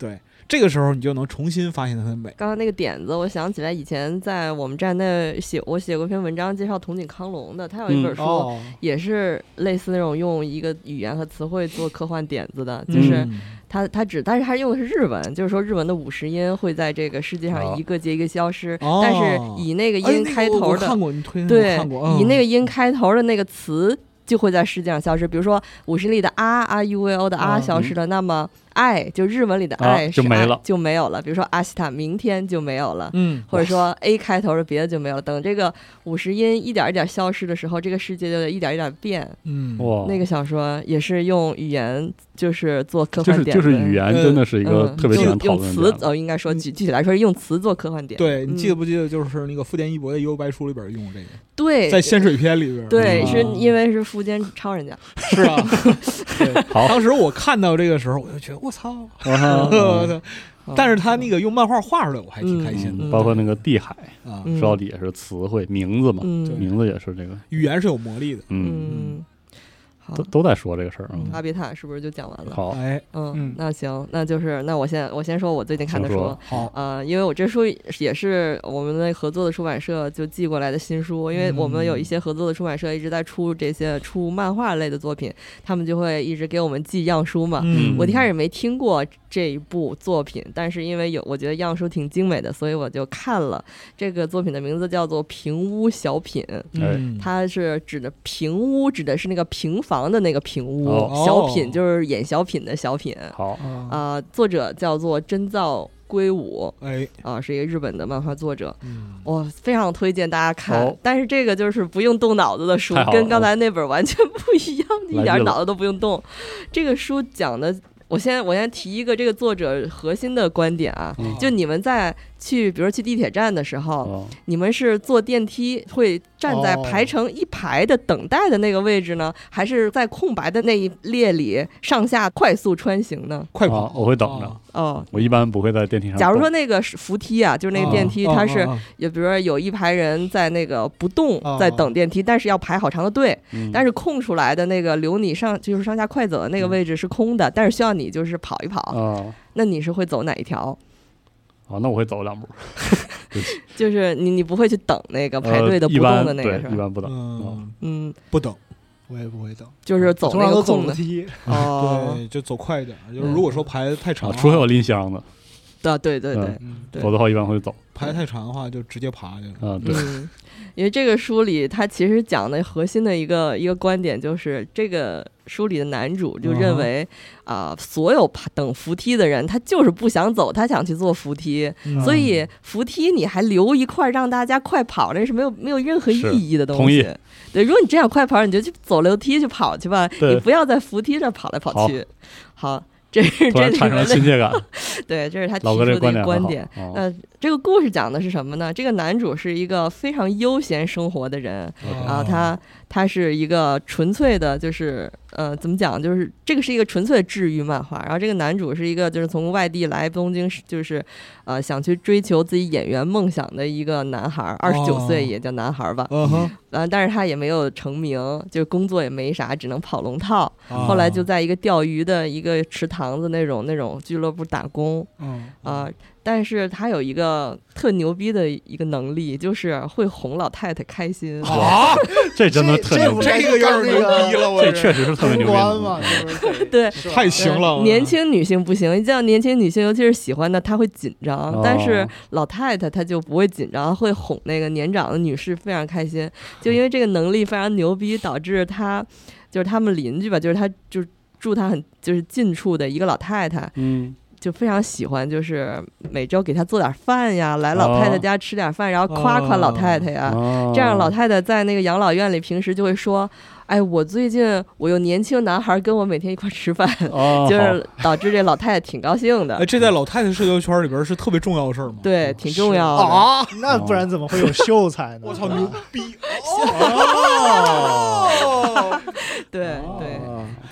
对。这个时候你就能重新发现它的美。 刚刚那个点子，我想起来以前在我们站内我写过一篇文章介绍筒井康隆的，他有一本书也是类似那种用一个语言和词汇做科幻点子的，就是但是他用的是日文，就是说日文的50音会在这个世界上一个接一个消失，但是以那个音开头的，对，以那个音开头的那个词就会在世界上消失。比如说50音里的啊 UVO 的啊消失了，那么爱就日文里的爱是爱就没有了，比如说阿西塔明天就没有了，或者说 A 开头的别的就没有了。等这个50音一点一点消失的时候，这个世界就一点一点变。那个小说也是用语言就是做科幻点， 就是语言真的是一个特别喜欢讨论用词应该说具体来说是用词做科幻点。 对，你记得不记得就是那个富坚义博的《幽游白书》里边用这个？ 对， 在仙水篇里边。 对，是因为是富坚超人家。 是啊。好，当时我看到这个时候，我就觉得我操。但是他那个用漫画画出来，我还挺开心的。 包括那个地海说到底也是词汇名字嘛，名字也是这个语言是有魔力的。 都在说这个事儿。 阿比塔是不是就讲完了？ 好， 那行，那我先说我最近看的书。 好， 因为我这书也是我们的合作的出版社就寄过来的新书，因为我们有一些合作的出版社一直在出漫画类的作品，他们就会一直给我们寄样书嘛。我一开始没听过这一部作品，但是因为我觉得样书挺精美的，所以我就看了。这个作品的名字叫做《平屋小品》，它是指的平屋，指的是那个平房的那个平屋，小品就是演小品的小品。 好， 作者叫做真造圭吾，是一个日本的漫画作者。我非常推荐大家看，但是这个就是不用动脑子的书，跟刚才那本完全不一样，一点脑子都不用动。这个书讲的。我先提一个这个作者核心的观点啊，就你们在比如去地铁站的时候，你们是坐电梯会站在排成一排的等待的那个位置呢，还是在空白的那一列里上下快速穿行呢？ 快跑， 我会等着。我一般不会在电梯上。 假如说那个扶梯啊，就是那个电梯，它是比如说有一排人在那个不动在等电梯，但是要排好长的队，但是空出来的那个留你就是上下快走的那个位置是空的，但是需要你就是跑一跑。那你是会走哪一条？ 那我会走2步。 就是你不会去等那个排队的不动的那个是吧？ 一般不等。 不等。 我也不会等， 就是走那个空的梯。 对，就走快一点。就是如果说排的太长， 除非有拎箱子。 对， 否则的话一般会走。 排太长的话就直接爬去了。对。 因为这个书里它其实讲的核心的一个观点就是这个书里的男主就认为所有等扶梯的人他就是不想走，他想去坐扶梯，所以扶梯你还留一块让大家快跑，那是没有任何意义的东西。 同意。 对，如果你这样快跑，你就去走楼梯去跑去吧，你不要在扶梯上跑来跑去。好。这里面产生亲切感。 对，这是他提出的一个观点。这个故事讲的是什么呢？这个男主是一个非常悠闲生活的人他是一个纯粹的，就是怎么讲，就是这个是一个纯粹的治愈漫画。然后这个男主是一个就是从外地来东京，就是想去追求自己演员梦想的一个男孩，29岁也叫男孩吧。但是他也没有成名，就是工作也没啥，只能跑龙套。后来就在一个钓鱼的一个池塘子那种俱乐部打工。但是他有一个特牛逼的一个能力，就是会哄老太太开心。 这真的特牛逼， 这个有点牛逼了， 这确实是特别牛逼。 对， 太行了。 年轻女性不行，像年轻女性，尤其是喜欢的，她会紧张，但是老太太她就不会紧张，会哄那个年长的女士非常开心。就因为这个能力非常牛逼，导致她就是他们邻居吧，就是她就住她很就是近处的一个老太太。就非常喜欢，就是每周给他做点饭呀，来老太太家吃点饭，然后夸夸老太太呀。这样老太太在那个养老院里平时就会说，哎，我最近我有年轻男孩跟我每天一块吃饭，就是导致这老太太挺高兴的。 这在老太太社交圈里边是特别重要的事儿吗？ 对，挺重要的。 那不然怎么会有秀才呢？ 我操，牛逼！ 对，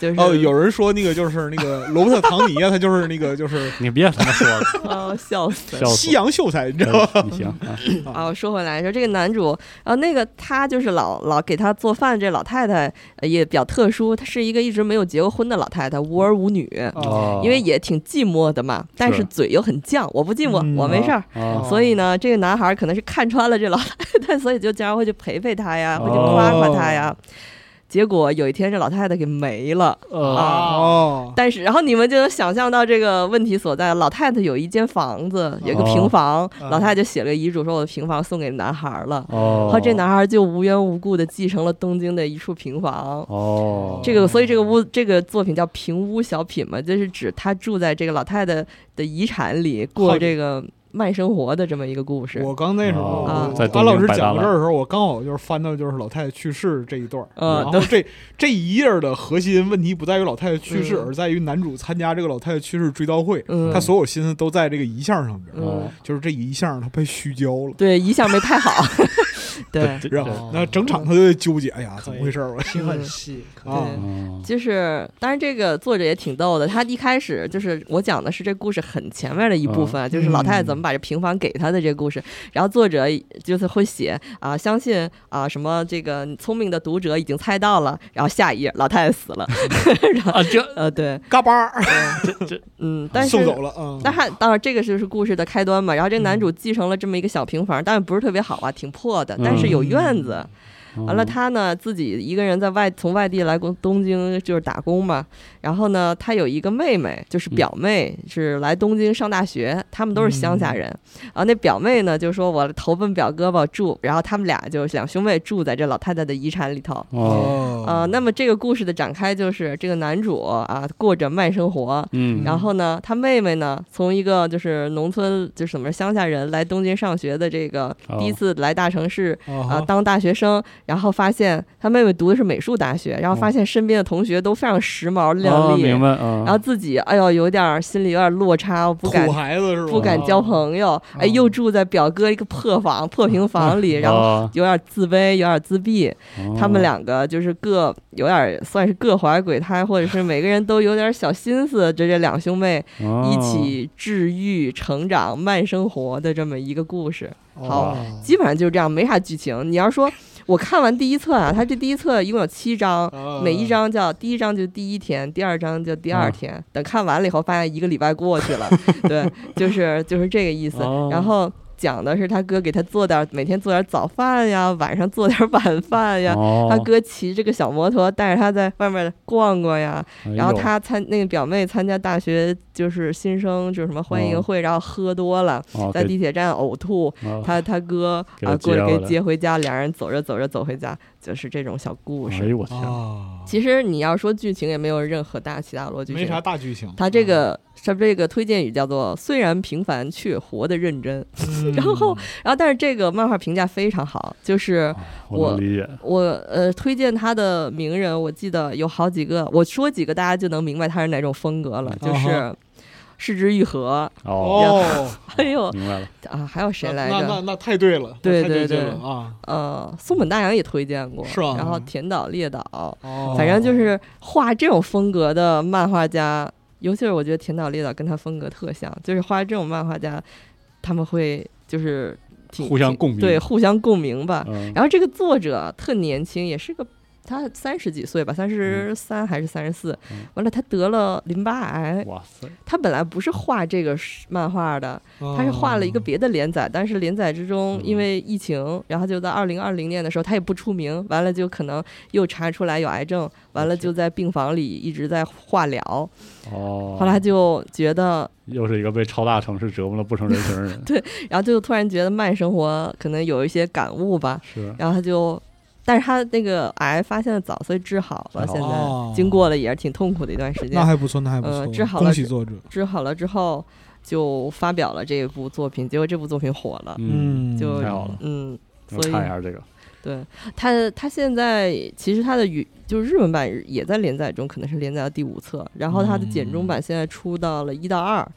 就是有人说那个就是那个罗伯特·唐尼啊，他就是那个就是你别他妈说了， 笑死， 西洋秀才，你知道吗？ 你行啊，说回来说这个男主，然后那个他就是老给他做饭，这老太太也比较特殊，她是一个一直没有结过婚的老太太，无儿无女，因为也挺寂寞的嘛，但是嘴又很犟，我不寂寞，我没事儿，所以呢，这个男孩可能是看穿了这老太太，所以就经常会去陪陪她呀，会去夸夸她呀。结果有一天这老太太给没了但是然后你们就能想象到这个问题所在，老太太有一间房子，有一个平房，老太太就写了个遗嘱说我的平房送给男孩了，然后这男孩就无缘无故的继承了东京的一处平房所以这个作品叫平屋小品嘛，就是指他住在这个老太太的遗产里过这个慢生活的这么一个故事。 我刚那时候安老师讲到这儿的时候，我刚好就是翻到就是老太太去世这一段，然后这一页的核心问题不在于老太太去世，而在于男主参加这个老太太去世追悼会，他所有心思都在这个遗像上边，就是这遗像他被虚焦了， 对，遗像没拍好对， 然后那整场他就在纠结，哎呀，怎么回事？我心很细就是当然这个作者也挺逗的，他一开始就是我讲的是这故事很前面的一部分，就是老太太怎么把这平房给他的这个故事，然后作者就是会写相信什么这个聪明的读者已经猜到了，然后下一页老太太死了然后对嘎巴但是送走了当然这个就是故事的开端嘛，然后这个男主继承了这么一个小平房，但是不是特别好挺破的，但是有院子完了他呢自己一个人从外地来东京就是打工嘛，然后呢他有一个妹妹就是表妹是来东京上大学，他们都是乡下人那表妹呢就说我投奔表哥吧住，然后他们俩就两兄妹住在这老太太的遗产里头那么这个故事的展开就是这个男主过着慢生活然后呢他妹妹呢从一个就是农村就是什么乡下人来东京上学的这个第一次来大城市当大学生，然后发现他妹妹读的是美术大学，然后发现身边的同学都非常时髦靓丽，然后自己有点心里有点落差，不敢交朋友，又住在表哥一个破平房里，然后有点自卑，有点自闭。他们两个就是各有点算是各怀鬼胎，或者是每个人都有点小心思，这两兄妹一起治愈、成长、慢生活的这么一个故事。好，基本上就是这样，没啥剧情。你要说我看完第一册他这第一册一共有7章，每一章叫第一章就第一天，第二章就第二天，等看完了以后发现1个礼拜过去了对，就是这个意思然后讲的是他哥给他每天做点早饭呀，晚上做点晚饭呀他哥骑这个小摩托带着他在外面逛逛呀然后他那个表妹参加大学就是新生就是什么欢迎会然后喝多了在地铁站呕吐他哥过来给接回家，两人走着走回家，就是这种小故事。 哎呦我天其实你要说剧情也没有任何其他逻辑， 没啥大剧情。 他这个推荐语叫做虽然平凡却活得认真然后但是这个漫画评价非常好，就是我推荐他的名人我记得有好几个，我说几个大家就能明白他是哪种风格了，就是是枝裕和还有明白了还有谁来着？ 那太对了， 对松本大洋也推荐过， 是吧？ 然后田岛列岛反正就是画这种风格的漫画家，尤其是我觉得田岛列岛跟他风格特像，就是画这种漫画家他们会就是互相共鸣， 对，互相共鸣吧然后这个作者特年轻，也是个他30几岁吧，33还是34完了他得了淋巴癌。 哇塞！ 他本来不是画这个漫画的他是画了一个别的连载但是连载之中因为疫情然后就在2020年的时候他也不出名，完了就可能又查出来有癌症，完了就在病房里一直在化疗后来就觉得又是一个被超大城市折磨了不成人形的人对，然后就突然觉得慢生活可能有一些感悟吧， 是， 然后但是他那个癌发现的早，所以治好了。现在经过了也是挺痛苦的一段时间。 那还不错， 治好了， 恭喜作者。 治好了之后，就发表了这部作品，结果这部作品火了。就太好了。 所以看一下这个。 对他现在其实他的就是日文版也在连载中，可能是连载到第5册，然后他的简中版现在出到了1到2。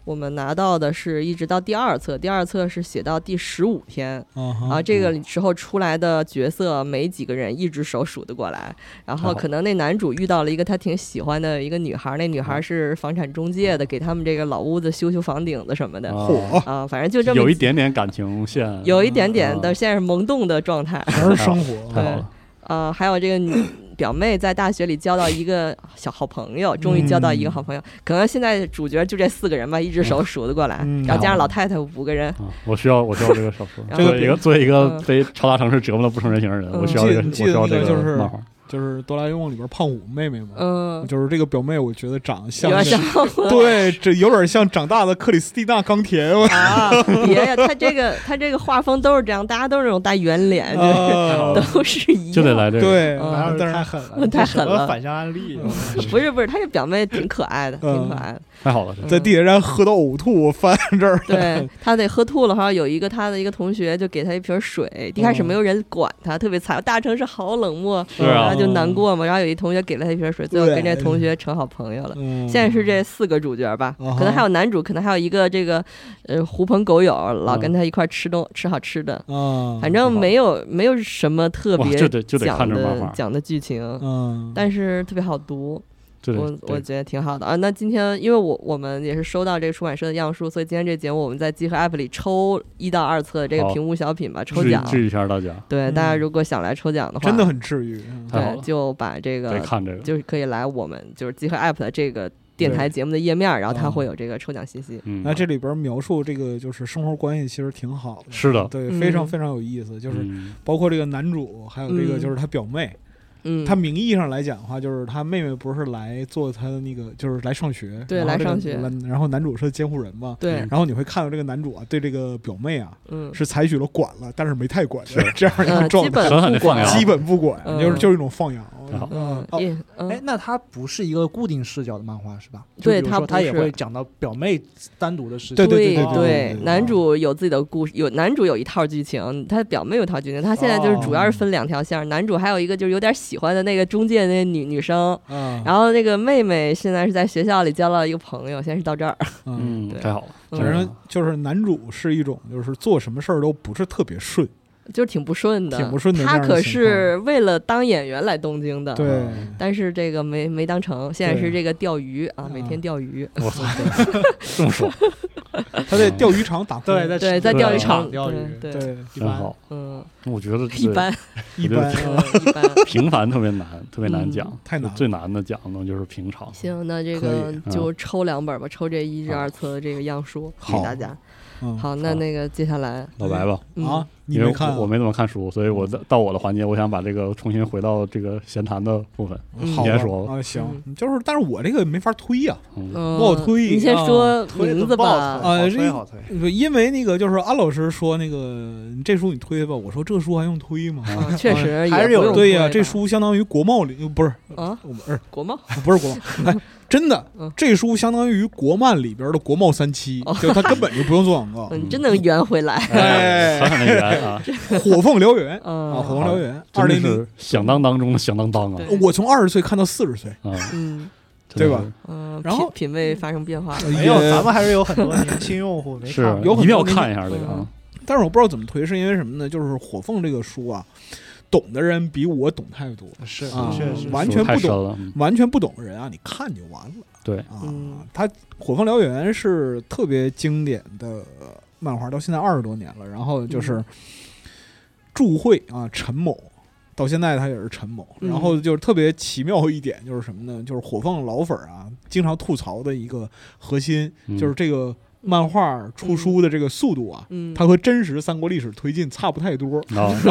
我们拿到的是一直到第二册，第二册是写到第15天，这个时候出来的角色没几个人一只手数得过来，然后可能那男主遇到了一个他挺喜欢的一个女孩，那女孩是房产中介的，给他们这个老屋子修房顶子什么的，反正就这么有一点点感情线， 有一点点的，现在是萌动的状态， 全是生活， 对，还有这个表妹在大学里交到一个好朋友，终于交到一个好朋友。可能现在主角就这4个人吧，一只手数得过来，然后加上老太太5个人。 我需要这个小说，作为一个被超大城市折磨的不成人形的人，我需要这个漫画。 就是哆啦 A 梦里边胖虎妹妹嘛，就是这个表妹，我觉得长得像， 对， 这有点像长大的克里斯蒂娜冈田别呀，他这个画风都是这样，大家都是那种大圆脸，都是一样， 就得来这个， 对， 但是太狠了， 太狠了， 反向案例， 不是，他这表妹挺可爱的，挺可爱的， 太好了， 在地铁站喝到呕吐，我翻这儿， 对他得喝吐了，好像有一个他的一个同学就给他一瓶水，一开始没有人管他，特别惨，大城市好冷漠，然后就难过嘛，然后有一同学给了他一瓶水，最后跟这同学成好朋友了。现在是这4个主角吧，可能还有男主，可能还有一个这个狐朋狗友，老跟他一块吃好吃的，反正没有什么特别讲的剧情，但是特别好读。我觉得挺好的啊。那今天因为我们也是收到这个出版社的样书，所以今天这节目我们在集合 app 里抽1到2册这个平屋小品吧，抽奖治一下大家。 对，大家如果想来抽奖的话， 真的很治愈。 对，就把这个看这个， 就是可以来我们就是集合 app 的这个电台节目的页面，然后它会有这个抽奖信息。 那这里边描述这个就是生活关系其实挺好的， 是的， 对，非常非常有意思，就是包括这个男主，还有这个就是他表妹。他名义上来讲的话，就是他妹妹不是来做他的那个，就是来上学， 对，来上学。 然后男主是监护人嘛， 对。 然后你会看到这个男主啊，对这个表妹啊，是采取了管了，但是没太管的这样一个状态，基本不管，就是一种放养。 那他不是一个固定视角的漫画是吧？ 对， 他也会讲到表妹单独的事情。 对，男主有自己的故事，男主有一套剧情，他表妹有一套剧情。他现在就是主要是分2条线，男主还有一个就是有点喜欢的那个中介那女生，然后那个妹妹现在是在学校里交了一个朋友，现在是到这儿。 太好了。 反正就是男主是一种就是做什么事儿都不是特别顺。 就是挺不顺的， 他可是为了当演员来东京的， 对， 但是这个没当成，现在是这个钓鱼啊，每天钓鱼。 我操，这么说， 他在钓鱼场打工， 对，在钓鱼场钓鱼， 对， 一般好，我觉得一般， 平凡特别难，特别难讲， 太难， 最难的讲呢就是平常。 行，那这个就抽2本吧，抽这1至2册的这个样书给大家。好，那个接下来老白吧啊， 因为我没怎么看书，所以我到我的环节，我想把这个重新回到这个闲谈的部分。你先说啊，行，就是但是我这个没法推呀，不好推。 你先说名字吧啊，好推， 因为那个就是安老师说那个这书你推吧，我说这书还用推吗？ 确实还是有对呀，这书相当于国贸里不是啊，国贸不是国贸。真的，这书相当于国漫里边的国贸3期，就他根本就不用做广告。 你真能圆回来， 很圆啊！ 火凤燎原啊，火凤燎原 ，20是响当当中的响当当啊！ 我从20岁看到40岁，对吧？然后品味发生变化。 没有，咱们还是有很多年轻用户没看， 有一定要看一下这个。 但是我不知道怎么推，是因为什么呢？就是火凤这个书啊。懂的人比我懂太多， 是啊， 确实完全不懂的人啊，你看就完了。 对啊，他《火凤燎原》是特别经典的漫画，到现在20多年了。然后就是祝慧啊，陈某，到现在他也是陈某。然后就是特别奇妙一点就是什么呢？就是火凤老粉啊，经常吐槽的一个核心就是这个。漫画出书的这个速度啊，它和真实三国历史推进差不太多。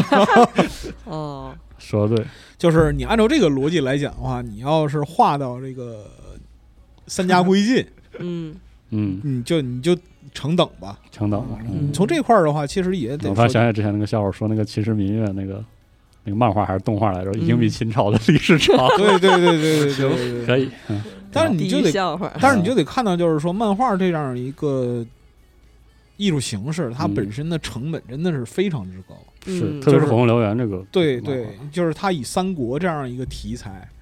说的对， 就是你按照这个逻辑来讲的话，你要是画到这个三家归晋，你就成等吧， 成等吧。 从这块的话，其实也得。 我突然想起之前那个笑话，说那个秦时明月那个漫画还是动画来着，已经比秦朝的历史长。 对， 可以。 但是你就得看到，就是说漫画这样一个艺术形式，它本身的成本真的是非常之高。 是，特别是《火凤燎原》这个。 对，就是它以三国这样一个题材，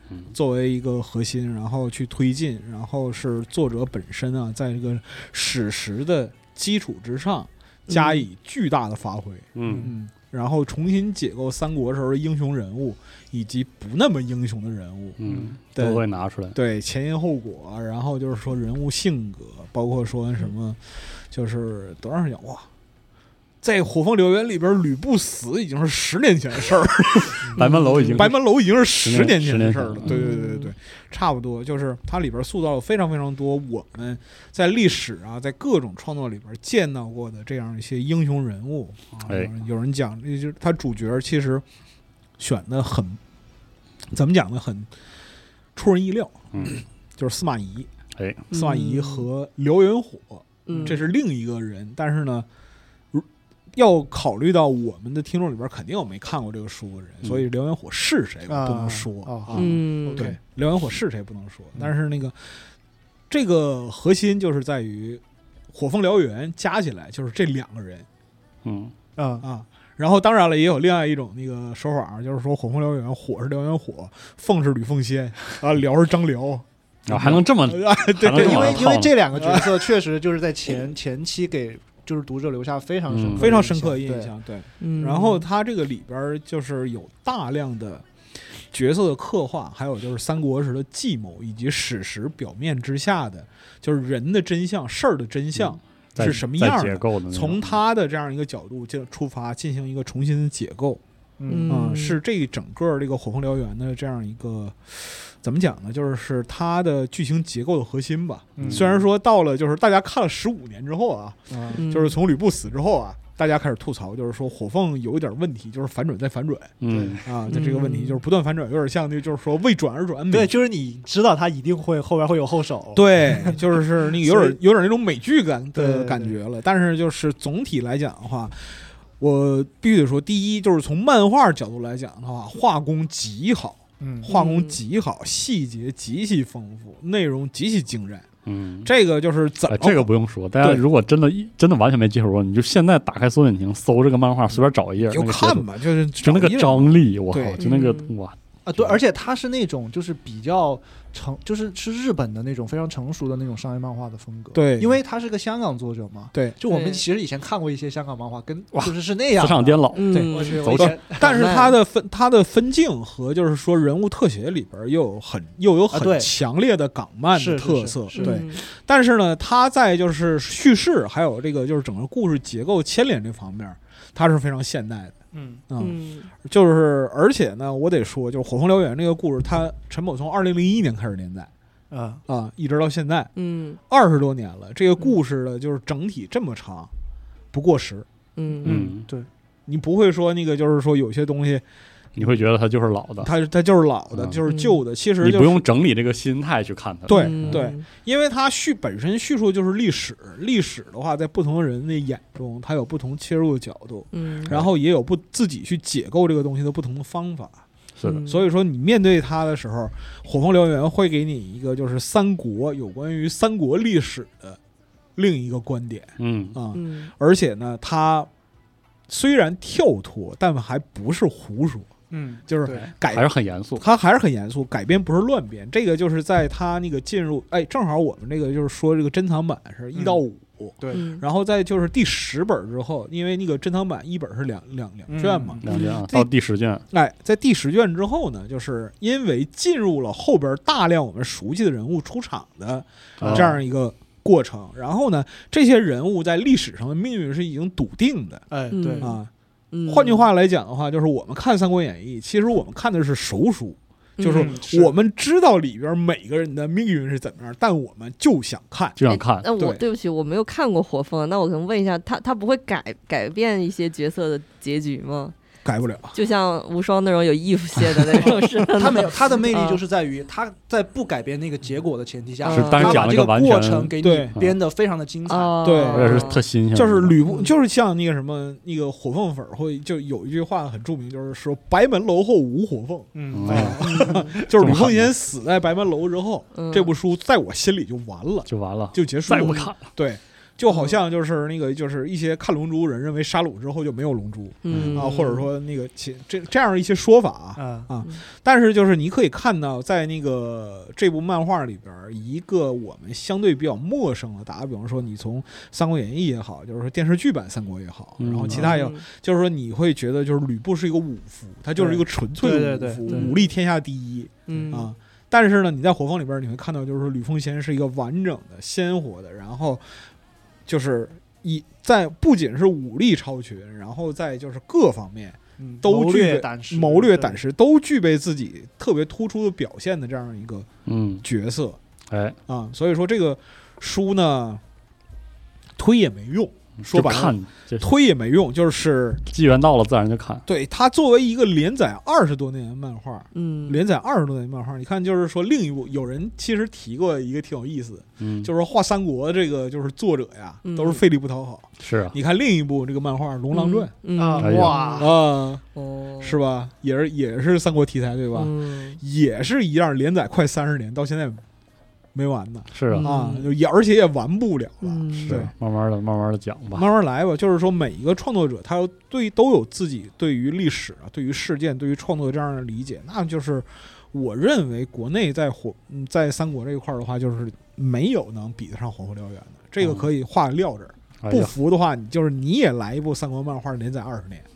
作为一个核心，然后去推进，然后是作者本身啊，在这个史实的基础之上加以巨大的发挥，然后重新解构三国时候的英雄人物以及不那么英雄的人物， 都会拿出来， 对前因后果，然后就是说人物性格，包括说什么，就是都让人讲哇。在《火凤燎原》里边，吕布死已经是10年前的事儿， 白门楼已经是10年前的事儿了。对，差不多就是它里边塑造了非常非常多我们在历史啊，在各种创作里边见到过的这样一些英雄人物啊。有人讲，就是他主角其实选的很怎么讲呢？很出人意料。就是司马懿。司马懿和燎原火，这是另一个人，但是呢。要考虑到我们的听众里边肯定有没看过这个书的人，所以燎原火是谁不能说对，燎原火是谁不能说，但是那个这个核心就是在于火凤燎原加起来就是这2个人，然后当然了也有另外一种那个说法，就是说火凤燎原，火是燎原火，凤是吕奉先啊，辽是张辽。 还能这么对，因为这2个角色确实就是在前期给就是读者留下非常深刻的印象，对。然后他这个里边就是有大量的角色的刻画，还有就是三国时的计谋，以及史实表面之下的就是人的真相、事儿的真相是什么样的，从他的这样一个角度就出发进行一个重新的解构。是这整个这个火凤燎原的这样一个怎么讲呢？就是它的剧情结构的核心吧。虽然说到了就是大家看了15年之后啊，就是从吕布死之后啊，大家开始吐槽，就是说火凤有一点问题，就是反转再反转。就这个问题就是不断反转，有点像那就是说为转而转。 对，就是你知道他一定会后边会有后手。 对，就是那个有点那种美剧感的感觉了。但是就是总体来讲的话。我必须得说，第一就是从漫画角度来讲的话，画工极好，细节极其丰富，内容极其精湛。这个就是怎么这个不用说，大家如果真的完全没接触过，你就现在打开搜引擎搜这个漫画，随便找一页就看吧，就那个张力，我靠，就那个哇。 对，而且它是那种就是比较就是日本的那种非常成熟的那种商业漫画的风格。 对， 因为他是个香港作者嘛。 对， 就我们其实以前看过一些香港漫画，就是那样磁场颠倒。 对， 但是它的分镜和就是说人物特写里边又有很强烈的港漫的特色。对，但是呢，它在就是叙事还有这个就是整个故事结构牵连这方面，它是非常现代的。就是而且呢，我得说，就是《火凤燎原》这个故事，它陈某从2001年开始连载，一直到现在，20多年了。这个故事的就是整体这么长，不过时。 对， 你不会说那个就是说有些东西。 你会觉得它就是老的， 它就是老的，就是旧的。其实、 你不用整理这个心态去看它。 对对，因为它本身叙述就是历史，历史的话，在不同的人的眼中，它有不同切入的角度，然后也有自己去解构这个东西的不同的方法。 是的， 所以说你面对它的时候，《火凤燎原》会给你一个就是有关于三国历史的另一个观点。而且呢，它虽然跳脱，但还不是胡说。就是还是很严肃， 他还是很严肃，改编不是乱编。这个就是在他那个进入，正好我们这个就是说这个珍藏版是1到5， 对， 然后在就是第10本之后，因为那个珍藏版1本是两卷嘛 ，2卷到第10卷， 在第10卷之后呢，就是因为进入了后边大量我们熟悉的人物出场的这样一个过程，然后呢，这些人物在历史上的命运是已经笃定的， 对啊。换句话来讲的话，就是我们看《三国演义》，其实我们看的是熟书，就是我们知道里边每个人的命运是怎么样，但我们就想看。 那我对不起，我没有看过《火凤》，那我可能问一下，他不会改变一些角色的结局吗？ 改不了， 就像无双那种有衣服写的那种是他没有，他的魅力就是在于他在不改变那个结果的前提下， 他把这个过程给你编得非常的精彩， 对， 而且是特新鲜。 就是吕布，就是像那个什么那个火凤粉会就有一句话很著名，就是说白门楼后无火凤，就是吕奉先死在白门楼之后，这部书在我心里就完了， 就结束了， 再不看了。 对。 就好像就是那个就是一些看龙珠人认为杀戮之后就没有龙珠，或者说那个这样一些说法但是就是你可以看到在那个这部漫画里边一个我们相对比较陌生的，打个比方说你从三国演义也好，就是说电视剧版三国也好，然后其他也好，就是说你会觉得就是吕布是一个武夫，他就是一个纯粹的武夫，武力天下第一但是呢你在火凤里边你会看到就是说吕奉先是一个完整的鲜活的，然后就是在不仅是武力超群，然后在就是各方面都具备谋略胆识都具备自己特别突出的表现的这样一个角色，所以说这个书呢推也没用，说白了推也没用，就是机缘到了自然就看。 对，它作为一个连载20多年的漫画，连载20多年的漫画，你看就是说另一部有人其实提过一个挺有意思的，就是画三国这个就是作者呀都是费力不讨好。 是啊， 你看另一部这个漫画《龙狼传》是吧？也是三国题材对吧？也是一样，连载快30年，到现在没完呢。 是啊， 而且也完不了了。 对，慢慢的讲吧， 慢慢来吧。就是说，每一个创作者他都有自己对于历史、对于事件、对于创作这样的理解。那就是我认为国内在三国这一块的话，就是没有能比得上《火凤燎原》的。这个可以画撂这儿。不服的话，你也来一部三国漫画连载20年。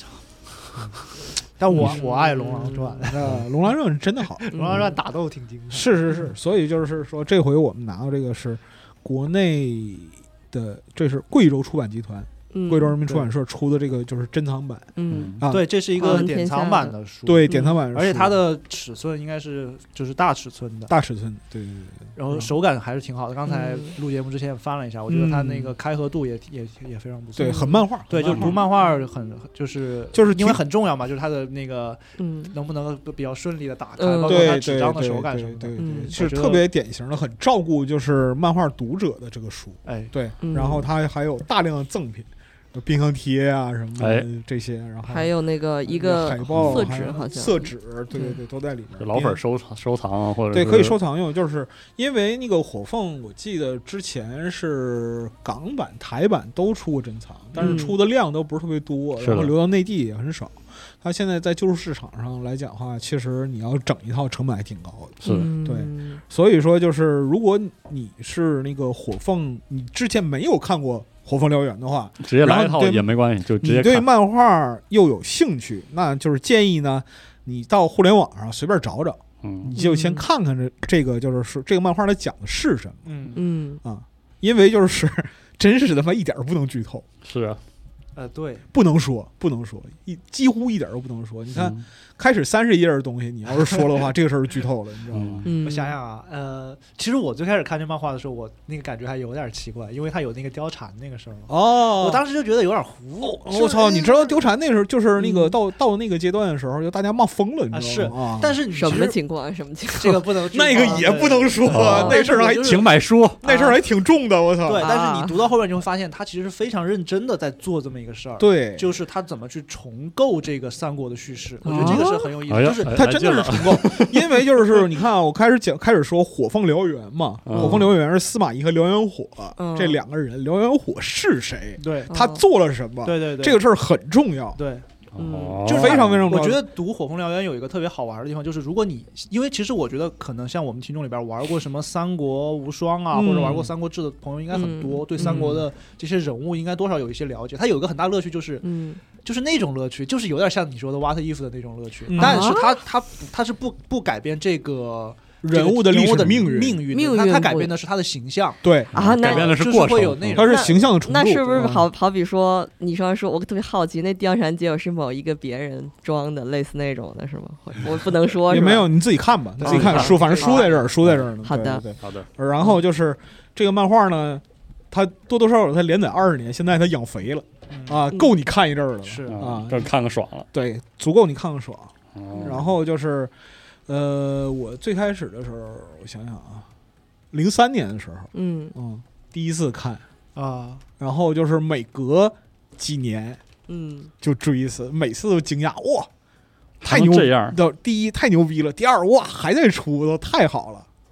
但我爱《龙狼传》， 《龙狼传》是真的好，《 龙狼传》打斗挺精彩。 是，所以就是说，这回我们拿到这个是国内的，这是贵州出版集团。贵州人民出版社出的这个就是珍藏版， 对，这是一个典藏版的书， 对，典藏版， 而且它的尺寸应该是就是大尺寸的， 对， 然后手感还是挺好的。刚才录节目之前也翻了一下，我觉得它那个开合度也非常不错， 对，很漫画， 对，就读漫画就是因为很重要嘛，就是它的那个能不能比较顺利的打开，包括它纸张的手感什么的， 是特别典型的，很照顾就是漫画读者的这个书，对，然后它还有大量的赠品。冰箱贴啊什么的这些，然后还有那个一个海报、 色纸，好像色纸，对，都在里面。 老粉收藏啊，或者对可以收藏用，就是因为那个火凤，我记得之前是港版、台版都出过珍藏，但是出的量都不是特别多，然后流到内地也很少。它现在在旧书市场上来讲的话，其实你要整一套成本还挺高的， 是对。所以说，就是如果你是那个火凤，你之前没有看过火凤燎原的话， 直接来一套也没关系，就直接看。 你对漫画又有兴趣，那就是建议呢，你到互联网上随便找找，你就先看看这个就是这个漫画它讲的是什么，因为就是真是他妈一点都不能剧透， 是啊。 对， 不能说，几乎一点都不能说。你看，开始30页的东西，你要是说了的话，这个事儿就剧透了，你知道吗？ 我想想啊，其实我最开始看这漫画的时候，我那个感觉还有点奇怪，因为它有那个貂蝉那个时候。我当时就觉得有点糊。 我操，你知道貂蝉那时候就是那个到那个阶段的时候，就大家骂疯了，你知道吗？ 但是什么情况？什么情况？ 这个不能， 那个也不能说，那事儿还请买书， 那事儿还挺重的，我操。 对，但是你读到后面你会发现，他其实是非常认真的在做这么一个事儿。 对， 就是他怎么去重构这个三国的叙事，我觉得这个是很有意思，就是他真的是重构，因为就是你看啊，我开始说火凤燎原嘛，火凤燎原是司马懿和燎原火这两个人，燎原火是谁？ 对， 他做了什么？ 对， 这个事儿很重要。 对。 就非常非常重要。 我觉得读《火凤燎原》有一个特别好玩的地方，就是如果你，因为其实我觉得可能像我们听众里边玩过什么《三国无双》啊，或者玩过《三国志》的朋友应该很多，对三国的这些人物应该多少有一些了解。它有一个很大乐趣就是，就是那种乐趣，就是有点像你说的 What if 的那种乐趣，但是它是不改变这个。 人物的历史命运，他改变的是他的形象， 对啊， 改变的是过程， 他是形象的重构。 那是不是好比说，你刚才说，我特别好奇，那貂蝉结果是某一个别人装的，类似那种的是吗？我不能说， 也没有，你自己看吧，自己看书，反正书在这儿，书在这儿呢。 好的， 好的。然后就是这个漫画呢，它多多少少它连载20年，现在它养肥了啊，够你看一阵儿了， 是啊， 这看个爽了， 对，足够你看个爽。然后就是。我最开始的时候，我想想啊，03年的时候，第一次看啊， 然后就是每隔几年，就追一次，每次都惊讶，哇，太牛！ 这样， 第一太牛逼了，第二哇还在出，都太好了。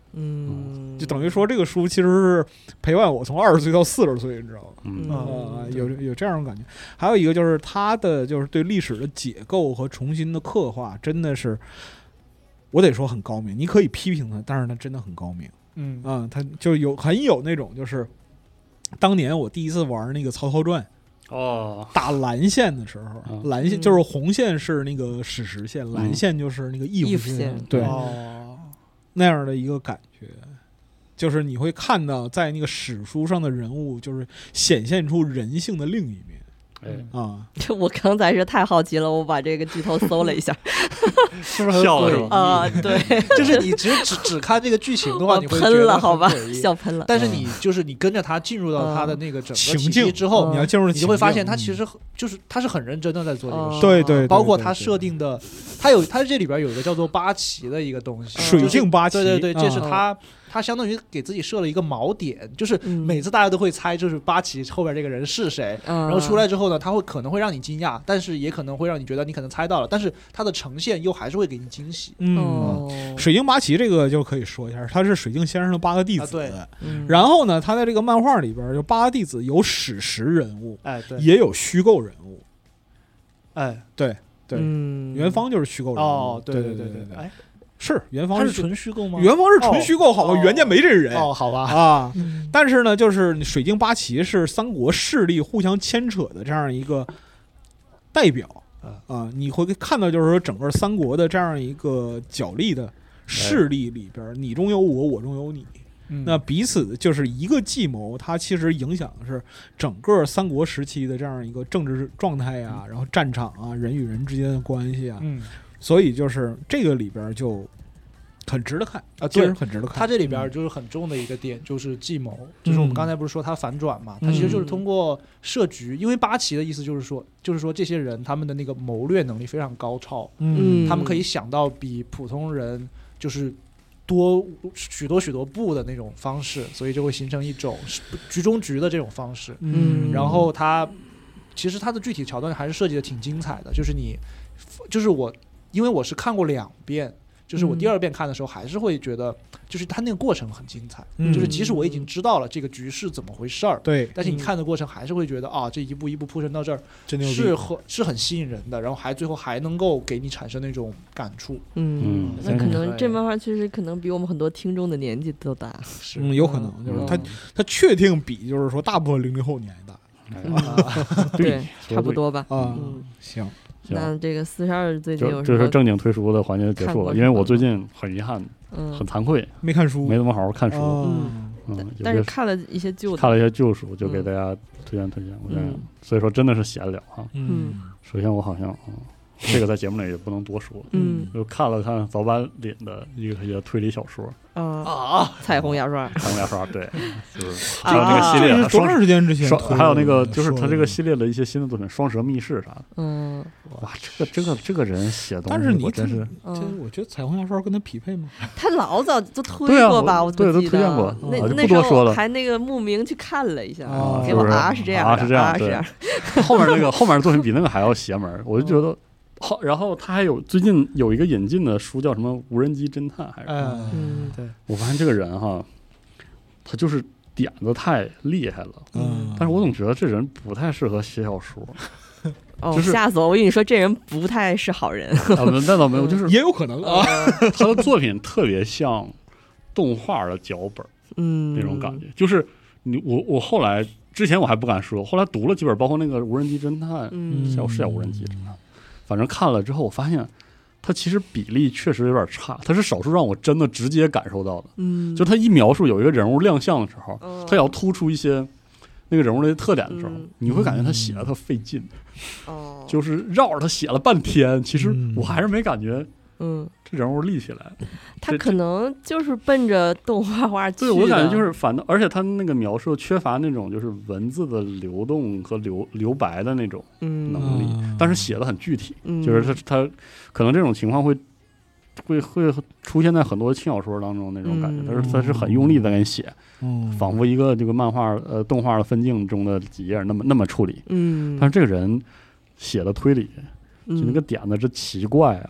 就等于说这个书其实是陪伴我从20岁到40岁，你知道吗？有这样的感觉。还有一个就是他的就是对历史的解构和重新的刻画，真的是我得说很高明。你可以批评他，但是他真的很高明。他就很有那种就是当年我第一次玩那个曹操传。打蓝线的时候，蓝线就是红线是那个史实线，蓝线就是那个义父线，对，那样的一个感觉，就是你会看到在那个史书上的人物，就是显现出人性的另一面。 我刚才是太好奇了，我把这个剧透搜了一下， 是不是笑了是吧？对， 就是你只看这个剧情的话，你会喷了，好吧，笑喷了。 但是你跟着他进入到他的那个整个情境之后， 你要进入， 你就会发现他其实就是他是很认真的在做这个事。对， 包括他设定的，他这里边有一个叫做八旗的一个东西， 水镜八旗。 对，这是他相当于给自己设了一个锚点，就是每次大家都会猜，就是八旗后边这个人是谁，然后出来之后呢，他可能会让你惊讶，但是也可能会让你觉得你可能猜到了，但是他的呈现又还是会给你惊喜。 水镜八旗这个就可以说一下，他是水镜先生的8个弟子。 对， 然后呢，他在这个漫画里边，就8个弟子有史实人物，也有虚构人物。对，元芳就是虚构人物。对。是元芳是纯虚构吗？ 元芳是纯虚构，好吧，袁建没这人。 好吧但是呢，就是水镜八旗是三国势力互相牵扯的这样一个代表你会看到，就是说整个三国的这样一个角力的势力里边，你中有我，我中有你。那彼此就是一个计谋，它其实影响的是整个三国时期的这样一个政治状态然后战场人与人之间的关系所以就是这个里边就很值得看对，很值得看。 它这里边就是很重的一个点，就是计谋，就是我们刚才不是说它反转嘛，它其实就是通过设局，因为八旗的意思就是说这些人他们的那个谋略能力非常高超，他们可以想到比普通人就是多许多步的那种方式，所以就会形成一种局中局的这种方式。然后其实它的具体桥段还是设计的挺精彩的，就是我。因为我是看过2遍，就是我第2遍看的时候还是会觉得，就是它那个过程很精彩，就是即使我已经知道了这个局势怎么回事儿， 对， 但是你看的过程还是会觉得这一步一步铺陈到这儿，是很吸引人的，然后最后还能够给你产生那种感触。 那可能这漫画确实可能比我们很多听众的年纪都大， 有可能就是他确定比就是说大部分00后年大， 对，差不多吧。 行。 那这个42最近有什么？ 这是正经推书的环节结束了，因为我最近很遗憾，很惭愧， 没看书， 没怎么好好看书。 但是看了一些旧书，就给大家推荐。所以说真的是闲聊哈。首先我好像这个在节目里也不能多说。就看了看早坂凛的一个推理小说。 彩虹牙刷， 对，就是还有那个系列， 多长时间之前？ 还有那个就是他这个系列的一些新的作品，《双蛇密室》啥的。哇，这个人写东西， 但是你真是， 我觉得彩虹牙刷跟他匹配吗？ 他老早就推过吧，我对，都推荐过。 那时候还那个慕名去看了一下，结果是这样， 是这样。后面的作品比那个还要邪门，我就觉得。然后他还有最近有一个引进的书叫什么《无人机侦探》还是对， 我发现这个人哈，他就是点子太厉害了，但是我总觉得这人不太适合写小说。 吓死我！我跟你说，这人不太是好人。 那倒没有，就是也有可能他的作品特别像动画的脚本，那种感觉。就是我后来之前我还不敢说，后来读了几本，包括那个《无人机侦探》，叫无人机侦探。反正看了之后，我发现他其实比例确实有点差，他是少数让我真的直接感受到的。就他一描述有一个人物亮相的时候，他要突出一些那个人物的特点的时候，你会感觉他写的特费劲，就是绕着他写了半天，其实我还是没感觉。这人物立起来， 他可能就是奔着动画去的。 对，我感觉就是而且他那个描述缺乏那种就是文字的流动和留白的那种能力，但是写的很具体，就是他可能这种情况会出现在很多轻小说当中那种感觉，他是很用力的给你写，仿佛一个这个漫画动画的分镜中的几页那么处理，但是这个人写的推理就那个点子之奇怪啊。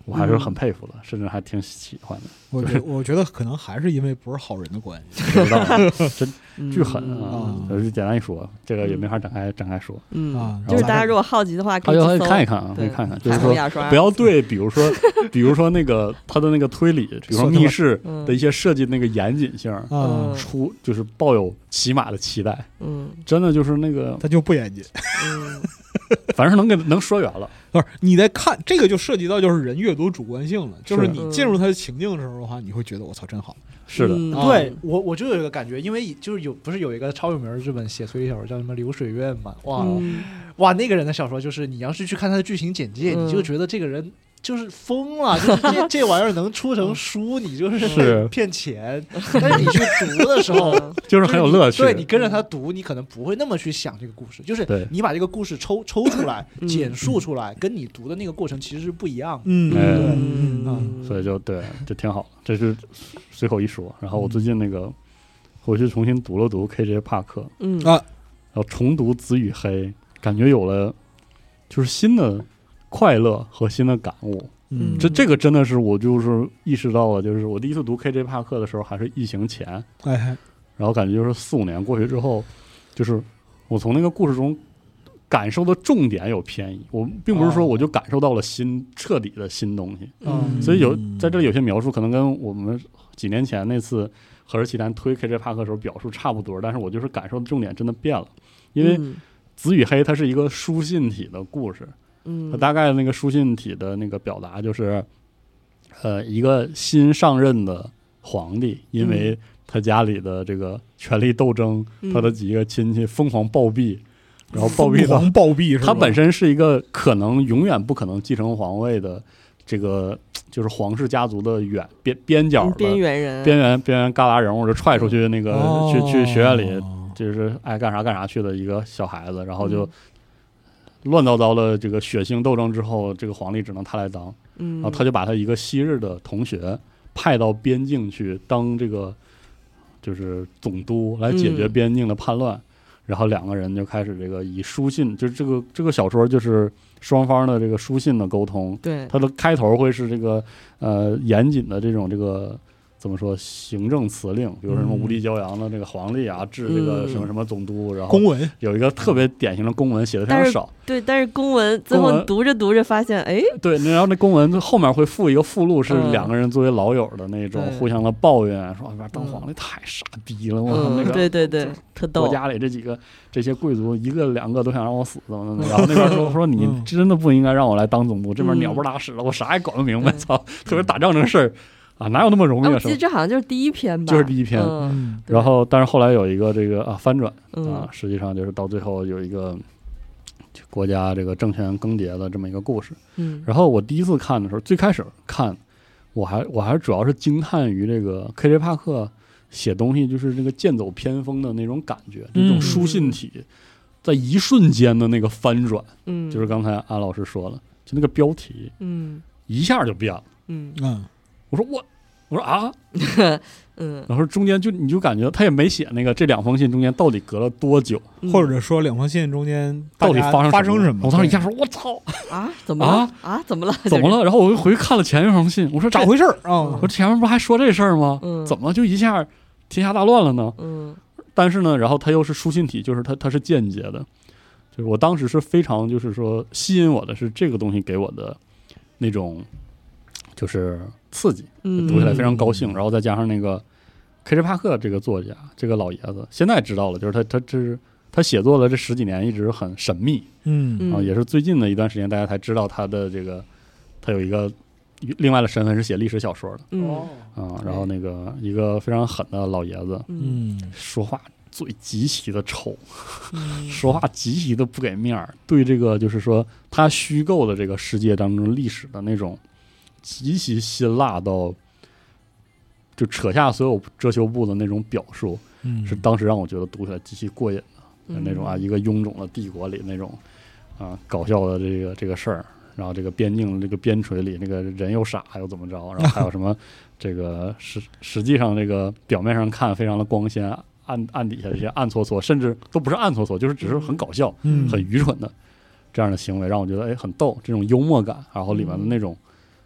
我还是很佩服的，甚至还挺喜欢的。 我觉得可能还是因为不是好人的关系， 不知道真巨狠啊！简单一说，这个也没法展开说。 就是大家如果好奇的话，可以看一看啊，可以看看。就是说，不要对，比如说那个他的那个推理，比如说密室的一些设计那个严谨性，就是抱有起码的期待。真的就是那个他就不严谨。 反正能说远了。 不是你在看这个就涉及到就是人阅读主观性了，就是你进入他的情境的时候的话，你会觉得我操真好。 是的， 对我就有一个感觉，因为就是不是有一个超有名的日本写推理小说叫什么流水院嘛？哇，那个人的小说就是你要是去看他的剧情简介，你就觉得这个人就是疯了，就是这玩意儿能出成书，你就是骗钱。但是你去读的时候， 就是很有乐趣。 对，你跟着他读，你可能不会那么去想这个故事，就是你把这个故事抽出来，简述出来，跟你读的那个过程其实是不一样的。 所以就挺好。这是随口一说。然后我最近那个回去重新读了读 KJ 帕克，然后重读《紫与黑》，感觉有了就是新的快乐和新的感悟。这个真的是我就是意识到了，就是我第一次读 KJ 帕克的时候还是疫情前，然后感觉就是4-5年过去之后，就是我从那个故事中感受的重点有偏移，我并不是说我就感受到了彻底的新东西。所以在这里有些描述可能跟我们几年前那次何氏奇谈推 KJ 帕克的时候表述差不多，但是我就是感受的重点真的变了。因为紫与黑它是一个书信体的故事，它大概那个书信体的那个表达就是一个新上任的皇帝，因为他家里的这个权力斗争，他的几个亲戚疯狂暴毙，然后暴毙他本身是一个可能永远不可能继承皇位的这个就是皇室家族的边角的边缘人边缘旮旯人物，就踹出去那个去学院里就是爱干啥去的一个小孩子，然后就乱糟糟的这个血腥斗争之后，这个皇帝只能他来当，然后他就把他一个昔日的同学派到边境去当这个就是总督来解决边境的叛乱，然后两个人就开始这个以书信，就是这个小说就是双方的这个书信的沟通。 对， 它的开头会是这个严谨的这种这个怎么说行政辞令，比如什么无地骄阳的这个皇帝啊，治这个什么什么总督，然后公文有一个特别典型的公文写的非常少。 对，但是公文最后读着发现，哎， 对，然后那公文后面会附一个附录，是两个人作为老友的那种互相的抱怨，说当皇帝太傻逼了，我那个对，特逗。 国家里这些贵族一个两个都想让我死，怎么的？然后那边说你真的不应该让我来当总督，这边鸟不拉屎了，我啥也搞不明白，操！特别打仗这个事儿。啊，哪有那么容易？ 我记得这好像就是第一篇吧， 就是第一篇。然后，但是后来有一个这个翻转实际上就是到最后有一个国家这个政权更迭的这么一个故事。然后我第一次看的时候，最开始看，我还主要是惊叹于这个 KJ 帕克写东西就是这个剑走偏锋的那种感觉，这种书信体在一瞬间的那个翻转。就是刚才安老师说了，就那个标题，一下就变了。我说啊，然后中间你就感觉他也没写那个这两封信中间到底隔了多久， 或者说两封信中间到底发生什么？ 我当时一下说，我操啊，怎么了啊？怎么了？ 然后我又回去看了前一封信，我说咋回事啊？ 我说前面不还说这事儿吗？怎么就一下天下大乱了呢？但是呢，然后他又是书信体，就是他是间接的，就是我当时是非常就是说吸引我的是这个东西给我的那种就是刺激，读起来非常高兴。然后再加上那个 KJ 帕克这个作家，这个老爷子，现在知道了，就是他写作的这10几年一直很神秘，也是最近的一段时间大家才知道他的这个，他有一个另外的身份是写历史小说的，然后那个一个非常狠的老爷子，说话嘴极其的臭，说话极其的不给面儿，对这个就是说他虚构的这个世界当中历史的那种极其辛辣到就扯下所有遮羞布的那种表述，是当时让我觉得读起来极其过瘾的，那种一个臃肿的帝国里那种搞笑的这个事儿，然后这个边境这个边陲里那个人又傻又怎么着，然后还有什么这个实际上这个表面上看非常的光鲜，暗底下这些暗搓搓，甚至都不是暗搓搓，就是只是很搞笑，很愚蠢的这样的行为，让我觉得很逗，这种幽默感，然后里面的那种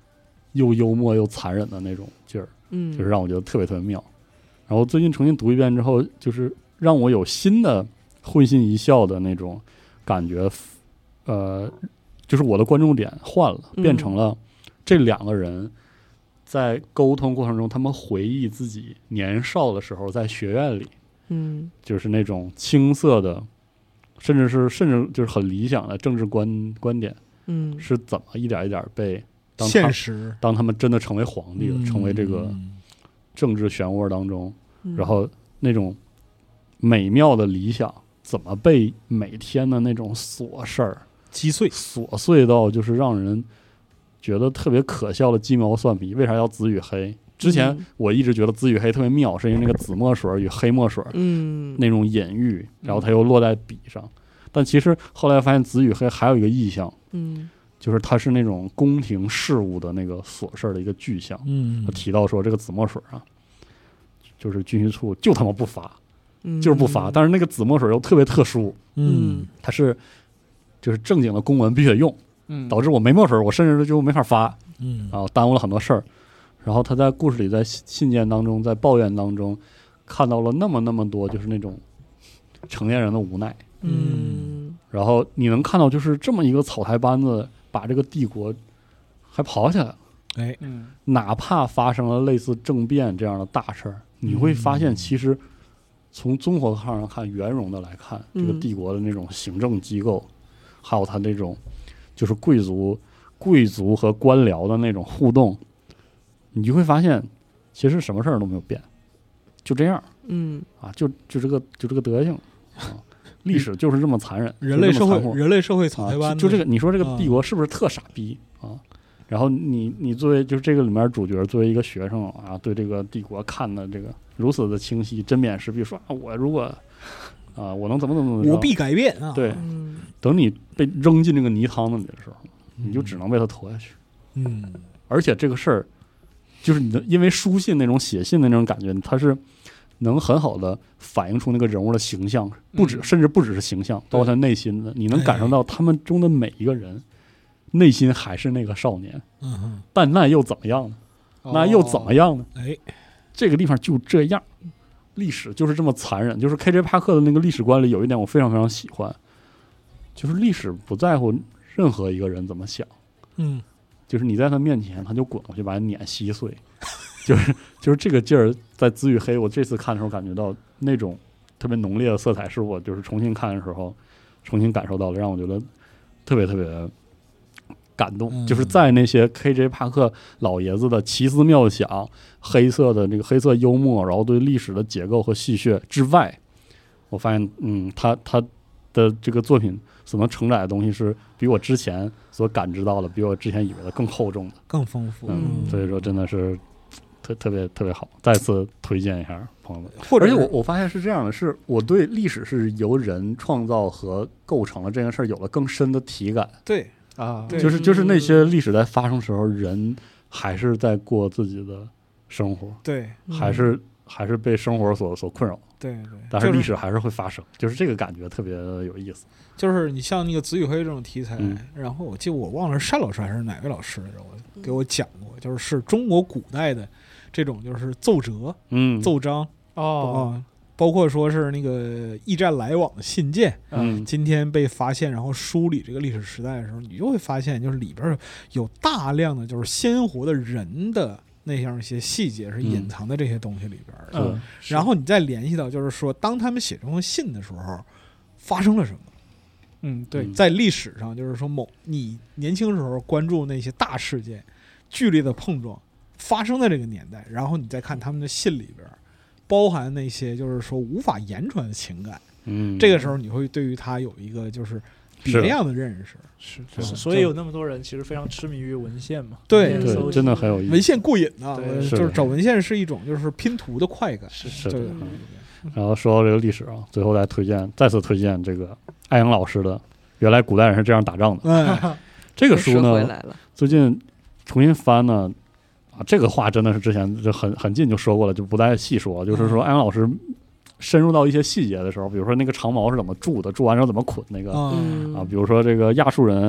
又幽默又残忍的那种劲儿，就是让我觉得特别特别妙。然后最近重新读一遍之后，就是让我有新的会心一笑的那种感觉，就是我的关注点换了，变成了这两个人在沟通过程中，他们回忆自己年少的时候在学院里，就是那种青涩的，甚至就是很理想的政治观点，是怎么一点一点被现实， 当他们真的成为皇帝了，成为这个政治漩涡当中，然后那种美妙的理想怎么被每天的那种琐事儿琐碎到就是让人觉得特别可笑的鸡毛蒜皮。为啥要紫与黑？之前我一直觉得紫与黑特别妙，是因为那个紫墨水与黑墨水那种隐喻，然后它又落在笔上。但其实后来发现紫与黑还有一个意象，就是它是那种宫廷事务的那个琐事的一个具象。他提到说这个紫墨水啊，就是军需处就他妈不发，就是不发。但是那个紫墨水又特别特殊，它是就是正经的公文必须得用，导致我没墨水，我甚至就没法发，然后耽误了很多事儿。然后他在故事里，在信件当中，在抱怨当中，看到了那么多，就是那种成年人的无奈。然后你能看到，就是这么一个草台班子，把这个帝国还跑起来了。哪怕发生了类似政变这样的大事儿，你会发现，其实从综合上看，圆融的来看，这个帝国的那种行政机构，还有他那种就是贵族和官僚的那种互动，你就会发现，其实什么事儿都没有变，就这样，就这个德行啊。历史就是这么残忍， 人类社会草台班子， 就这个，你说这个帝国是不是特傻逼啊？然后你作为就是这个里面主角，作为一个学生啊，对这个帝国看的这个如此的清晰，针砭时弊，说我如果我能怎么我必改变啊。 对，等你被扔进这个泥汤子里的时候，你就只能被他拖下去。而且这个事儿，就是你的因为书信那种写信的那种感觉，它是能很好的反映出那个人物的形象，甚至不只是形象，包括他内心的，你能感受到他们中的每一个人内心还是那个少年。但那又怎么样呢？那又怎么样呢？这个地方就这样，历史就是这么残忍。就是 KJ 帕克的那个历史观里有一点我非常非常喜欢，就是历史不在乎任何一个人怎么想，就是你在他面前他就滚过去把你碾稀碎。就是这个劲儿，在紫与黑我这次看的时候感觉到那种特别浓烈的色彩，是我就是重新看的时候重新感受到了，让我觉得特别特别感动。就是在那些 KJ 帕克老爷子的奇思妙想、黑色的这个黑色幽默，然后对历史的结构和戏谑之外，我发现他的这个作品所能承载的东西是比我之前所感知到的，比我之前以为的更厚重的、 更丰富。 所以说真的是特别特别好，再次推荐一下朋友们。而且我发现是这样的，是我对历史是由人创造和构成了这件事有了更深的体感。 对啊， 就是那些历史在发生时候，人还是在过自己的生活， 对， 还是被生活所困扰。 对， 但是历史还是会发生，就是这个感觉特别有意思。 就是你像那个紫与黑这种题材，然后我记得我忘了是单老师还是哪位老师来着，我给我讲过，就是中国古代的这种就是奏折、奏章包括说是那个驿站来往的信件，今天被发现，然后梳理这个历史时代的时候，你就会发现，就是里边有大量的就是鲜活的人的那样一些细节是隐藏在这些东西里边的。然后你再联系到，就是说，当他们写这封信的时候，发生了什么？对，在历史上，就是说你年轻时候关注那些大事件、剧烈的碰撞发生在这个年代，然后你再看他们的信里边包含那些就是说无法言传的情感，这个时候你会对于他有一个就是别样的认识。 是，所以有那么多人其实非常痴迷于文献嘛。 对， 真的很有意思。 文献过瘾啊，就是找文献是一种就是拼图的快感。 是的。然后说到这个历史啊，最后再次推荐这个艾阳老师的《原来古代人是这样打仗的》。这个书呢，最近重新翻呢，这个话真的是之前就很近就说过了，就不再细说。就是说，艾阳老师深入到一些细节的时候，比如说那个长矛是怎么铸的，铸完之后怎么捆那个比如说这个亚述人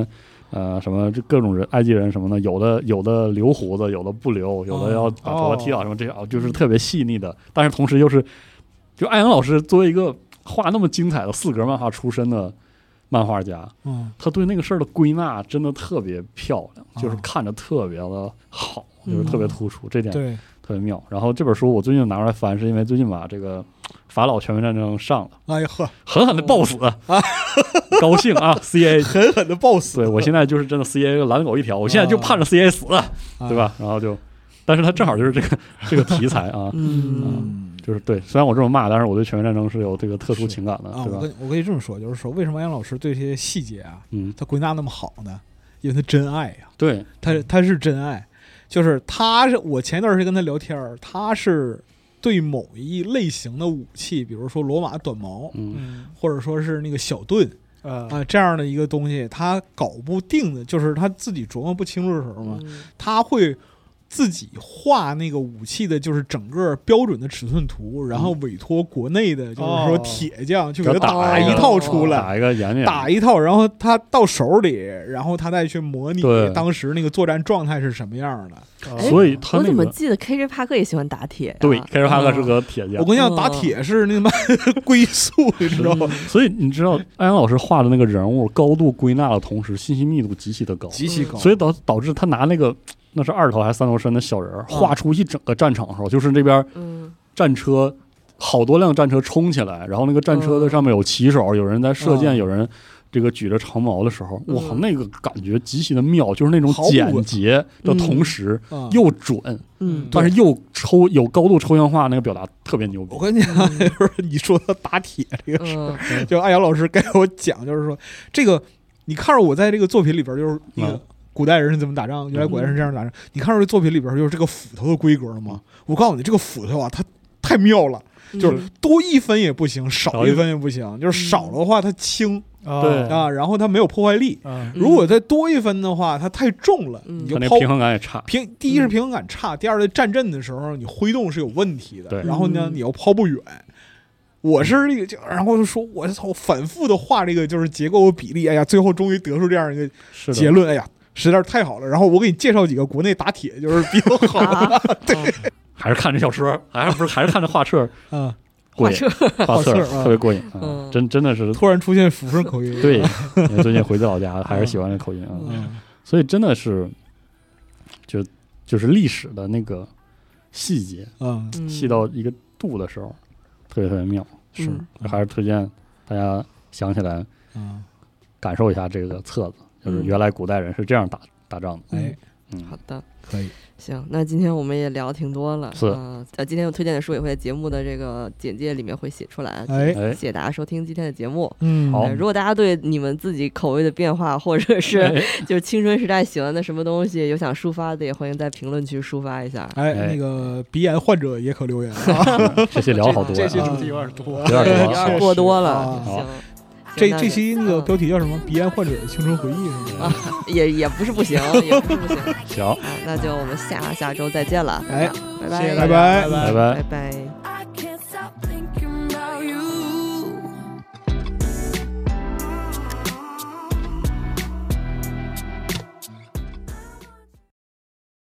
什么这各种人，埃及人什么的，有的留胡子，有的不留，有的要把头发剃掉，什么这样，就是特别细腻的。但是同时又是，就艾阳老师作为一个画那么精彩的4格漫画出身的漫画家，他对那个事儿的归纳真的特别漂亮，就是看着特别的好，就是特别突出，这点对特别妙。然后这本书我最近拿出来翻，是因为最近把这个法老全面战争上了， 哎呀呵， 狠狠的爆死啊！高兴啊 ！CA 狠狠的爆死， 对我现在就是真的 CA 蓝狗一条，我现在就盼着 CA 死，对吧？然后就，但是他正好就是这个题材啊，就是对，虽然我这么骂，但是我对全面战争是有这个特殊情感的，对吧？ 我跟你这么说，就是说为什么杨老师对这些细节啊，他归纳那么好呢？因为他真爱呀， 对， 他是真爱，就是我前一段时间跟他聊天，他是对某一类型的武器，比如说罗马短矛，或者说是那个小盾。这样的一个东西，他搞不定的，就是他自己琢磨不清楚的时候嘛，他会自己画那个武器的，就是整个标准的尺寸图，然后委托国内的，就是说铁匠去给他打一套出来，打一套，然后他到手里，然后他再去模拟当时那个作战状态是什么样的。 所以他我怎么记得 KJ 帕克也喜欢打铁？ 对 ，KJ 帕克是个铁匠。 我跟你讲，打铁是那么归宿，你知道吗？ 所以你知道，艾阳老师画的那个人物高度归纳的同时，信息密度极其的高， 极其高， 所以导致他拿那个。那是2头还是3头身的小人画出一整个战场的时候，就是这边战车好多辆战车冲起来，然后那个战车的上面有骑手，有人在射箭，有人这个举着长矛的时候，哇，那个感觉极其的妙，就是那种简洁的同时又准，但是又有高度抽象化，那个表达特别牛逼。 我跟你讲，就是你说他打铁这个事儿，就艾阳老师给我讲，就是说这个，你看着我在这个作品里边就是那个。古代人是怎么打仗？原来古代人是这样打仗。你看到这作品里边就是这个斧头的规格了吗？我告诉你，这个斧头啊，它太妙了，就是多1分也不行，少1分也不行。就是少的话它轻， 对啊，然后它没有破坏力。如果再多1分的话，它太重了，你就那平衡感也差。 第一是平衡感差，第二在战阵的时候你挥动是有问题的。然后呢，你要抛不远。我是那个，然后就说，我操，反复的画这个就是结构和比例，哎呀，最后终于得出这样一个结论，哎呀。实在是太好了，然后我给你介绍几个国内打铁就是比较好的，对， 还是看这小说，还是看这画册， 画册特别过瘾，真的是突然出现抚顺口音， 对，因为最近回老家还是喜欢这口音啊，所以真的是就是历史的那个细节，细到一个度的时候，特别妙，是还是推荐大家想起来，感受一下这个册子。就是原来古代人是这样打仗的。 好的， 可以。 行，那今天我们也聊挺多了， 是今天我推荐的书也会在节目的这个简介里面会写出来。谢谢大家收听今天的节目。 好， 如果大家对你们自己口味的变化，或者是就是青春时代喜欢的什么东西有想抒发的，也欢迎在评论区抒发一下。 那个鼻炎患者也可留言。 这些聊好多， 这些主题有点多， 有点过多了。行。 这期那个标题叫什么？鼻炎患者的青春回忆是吗？ 也不是不行，也不是不行。 行， 那就我们下周再见了。 拜拜， 拜拜， 拜拜， 拜拜。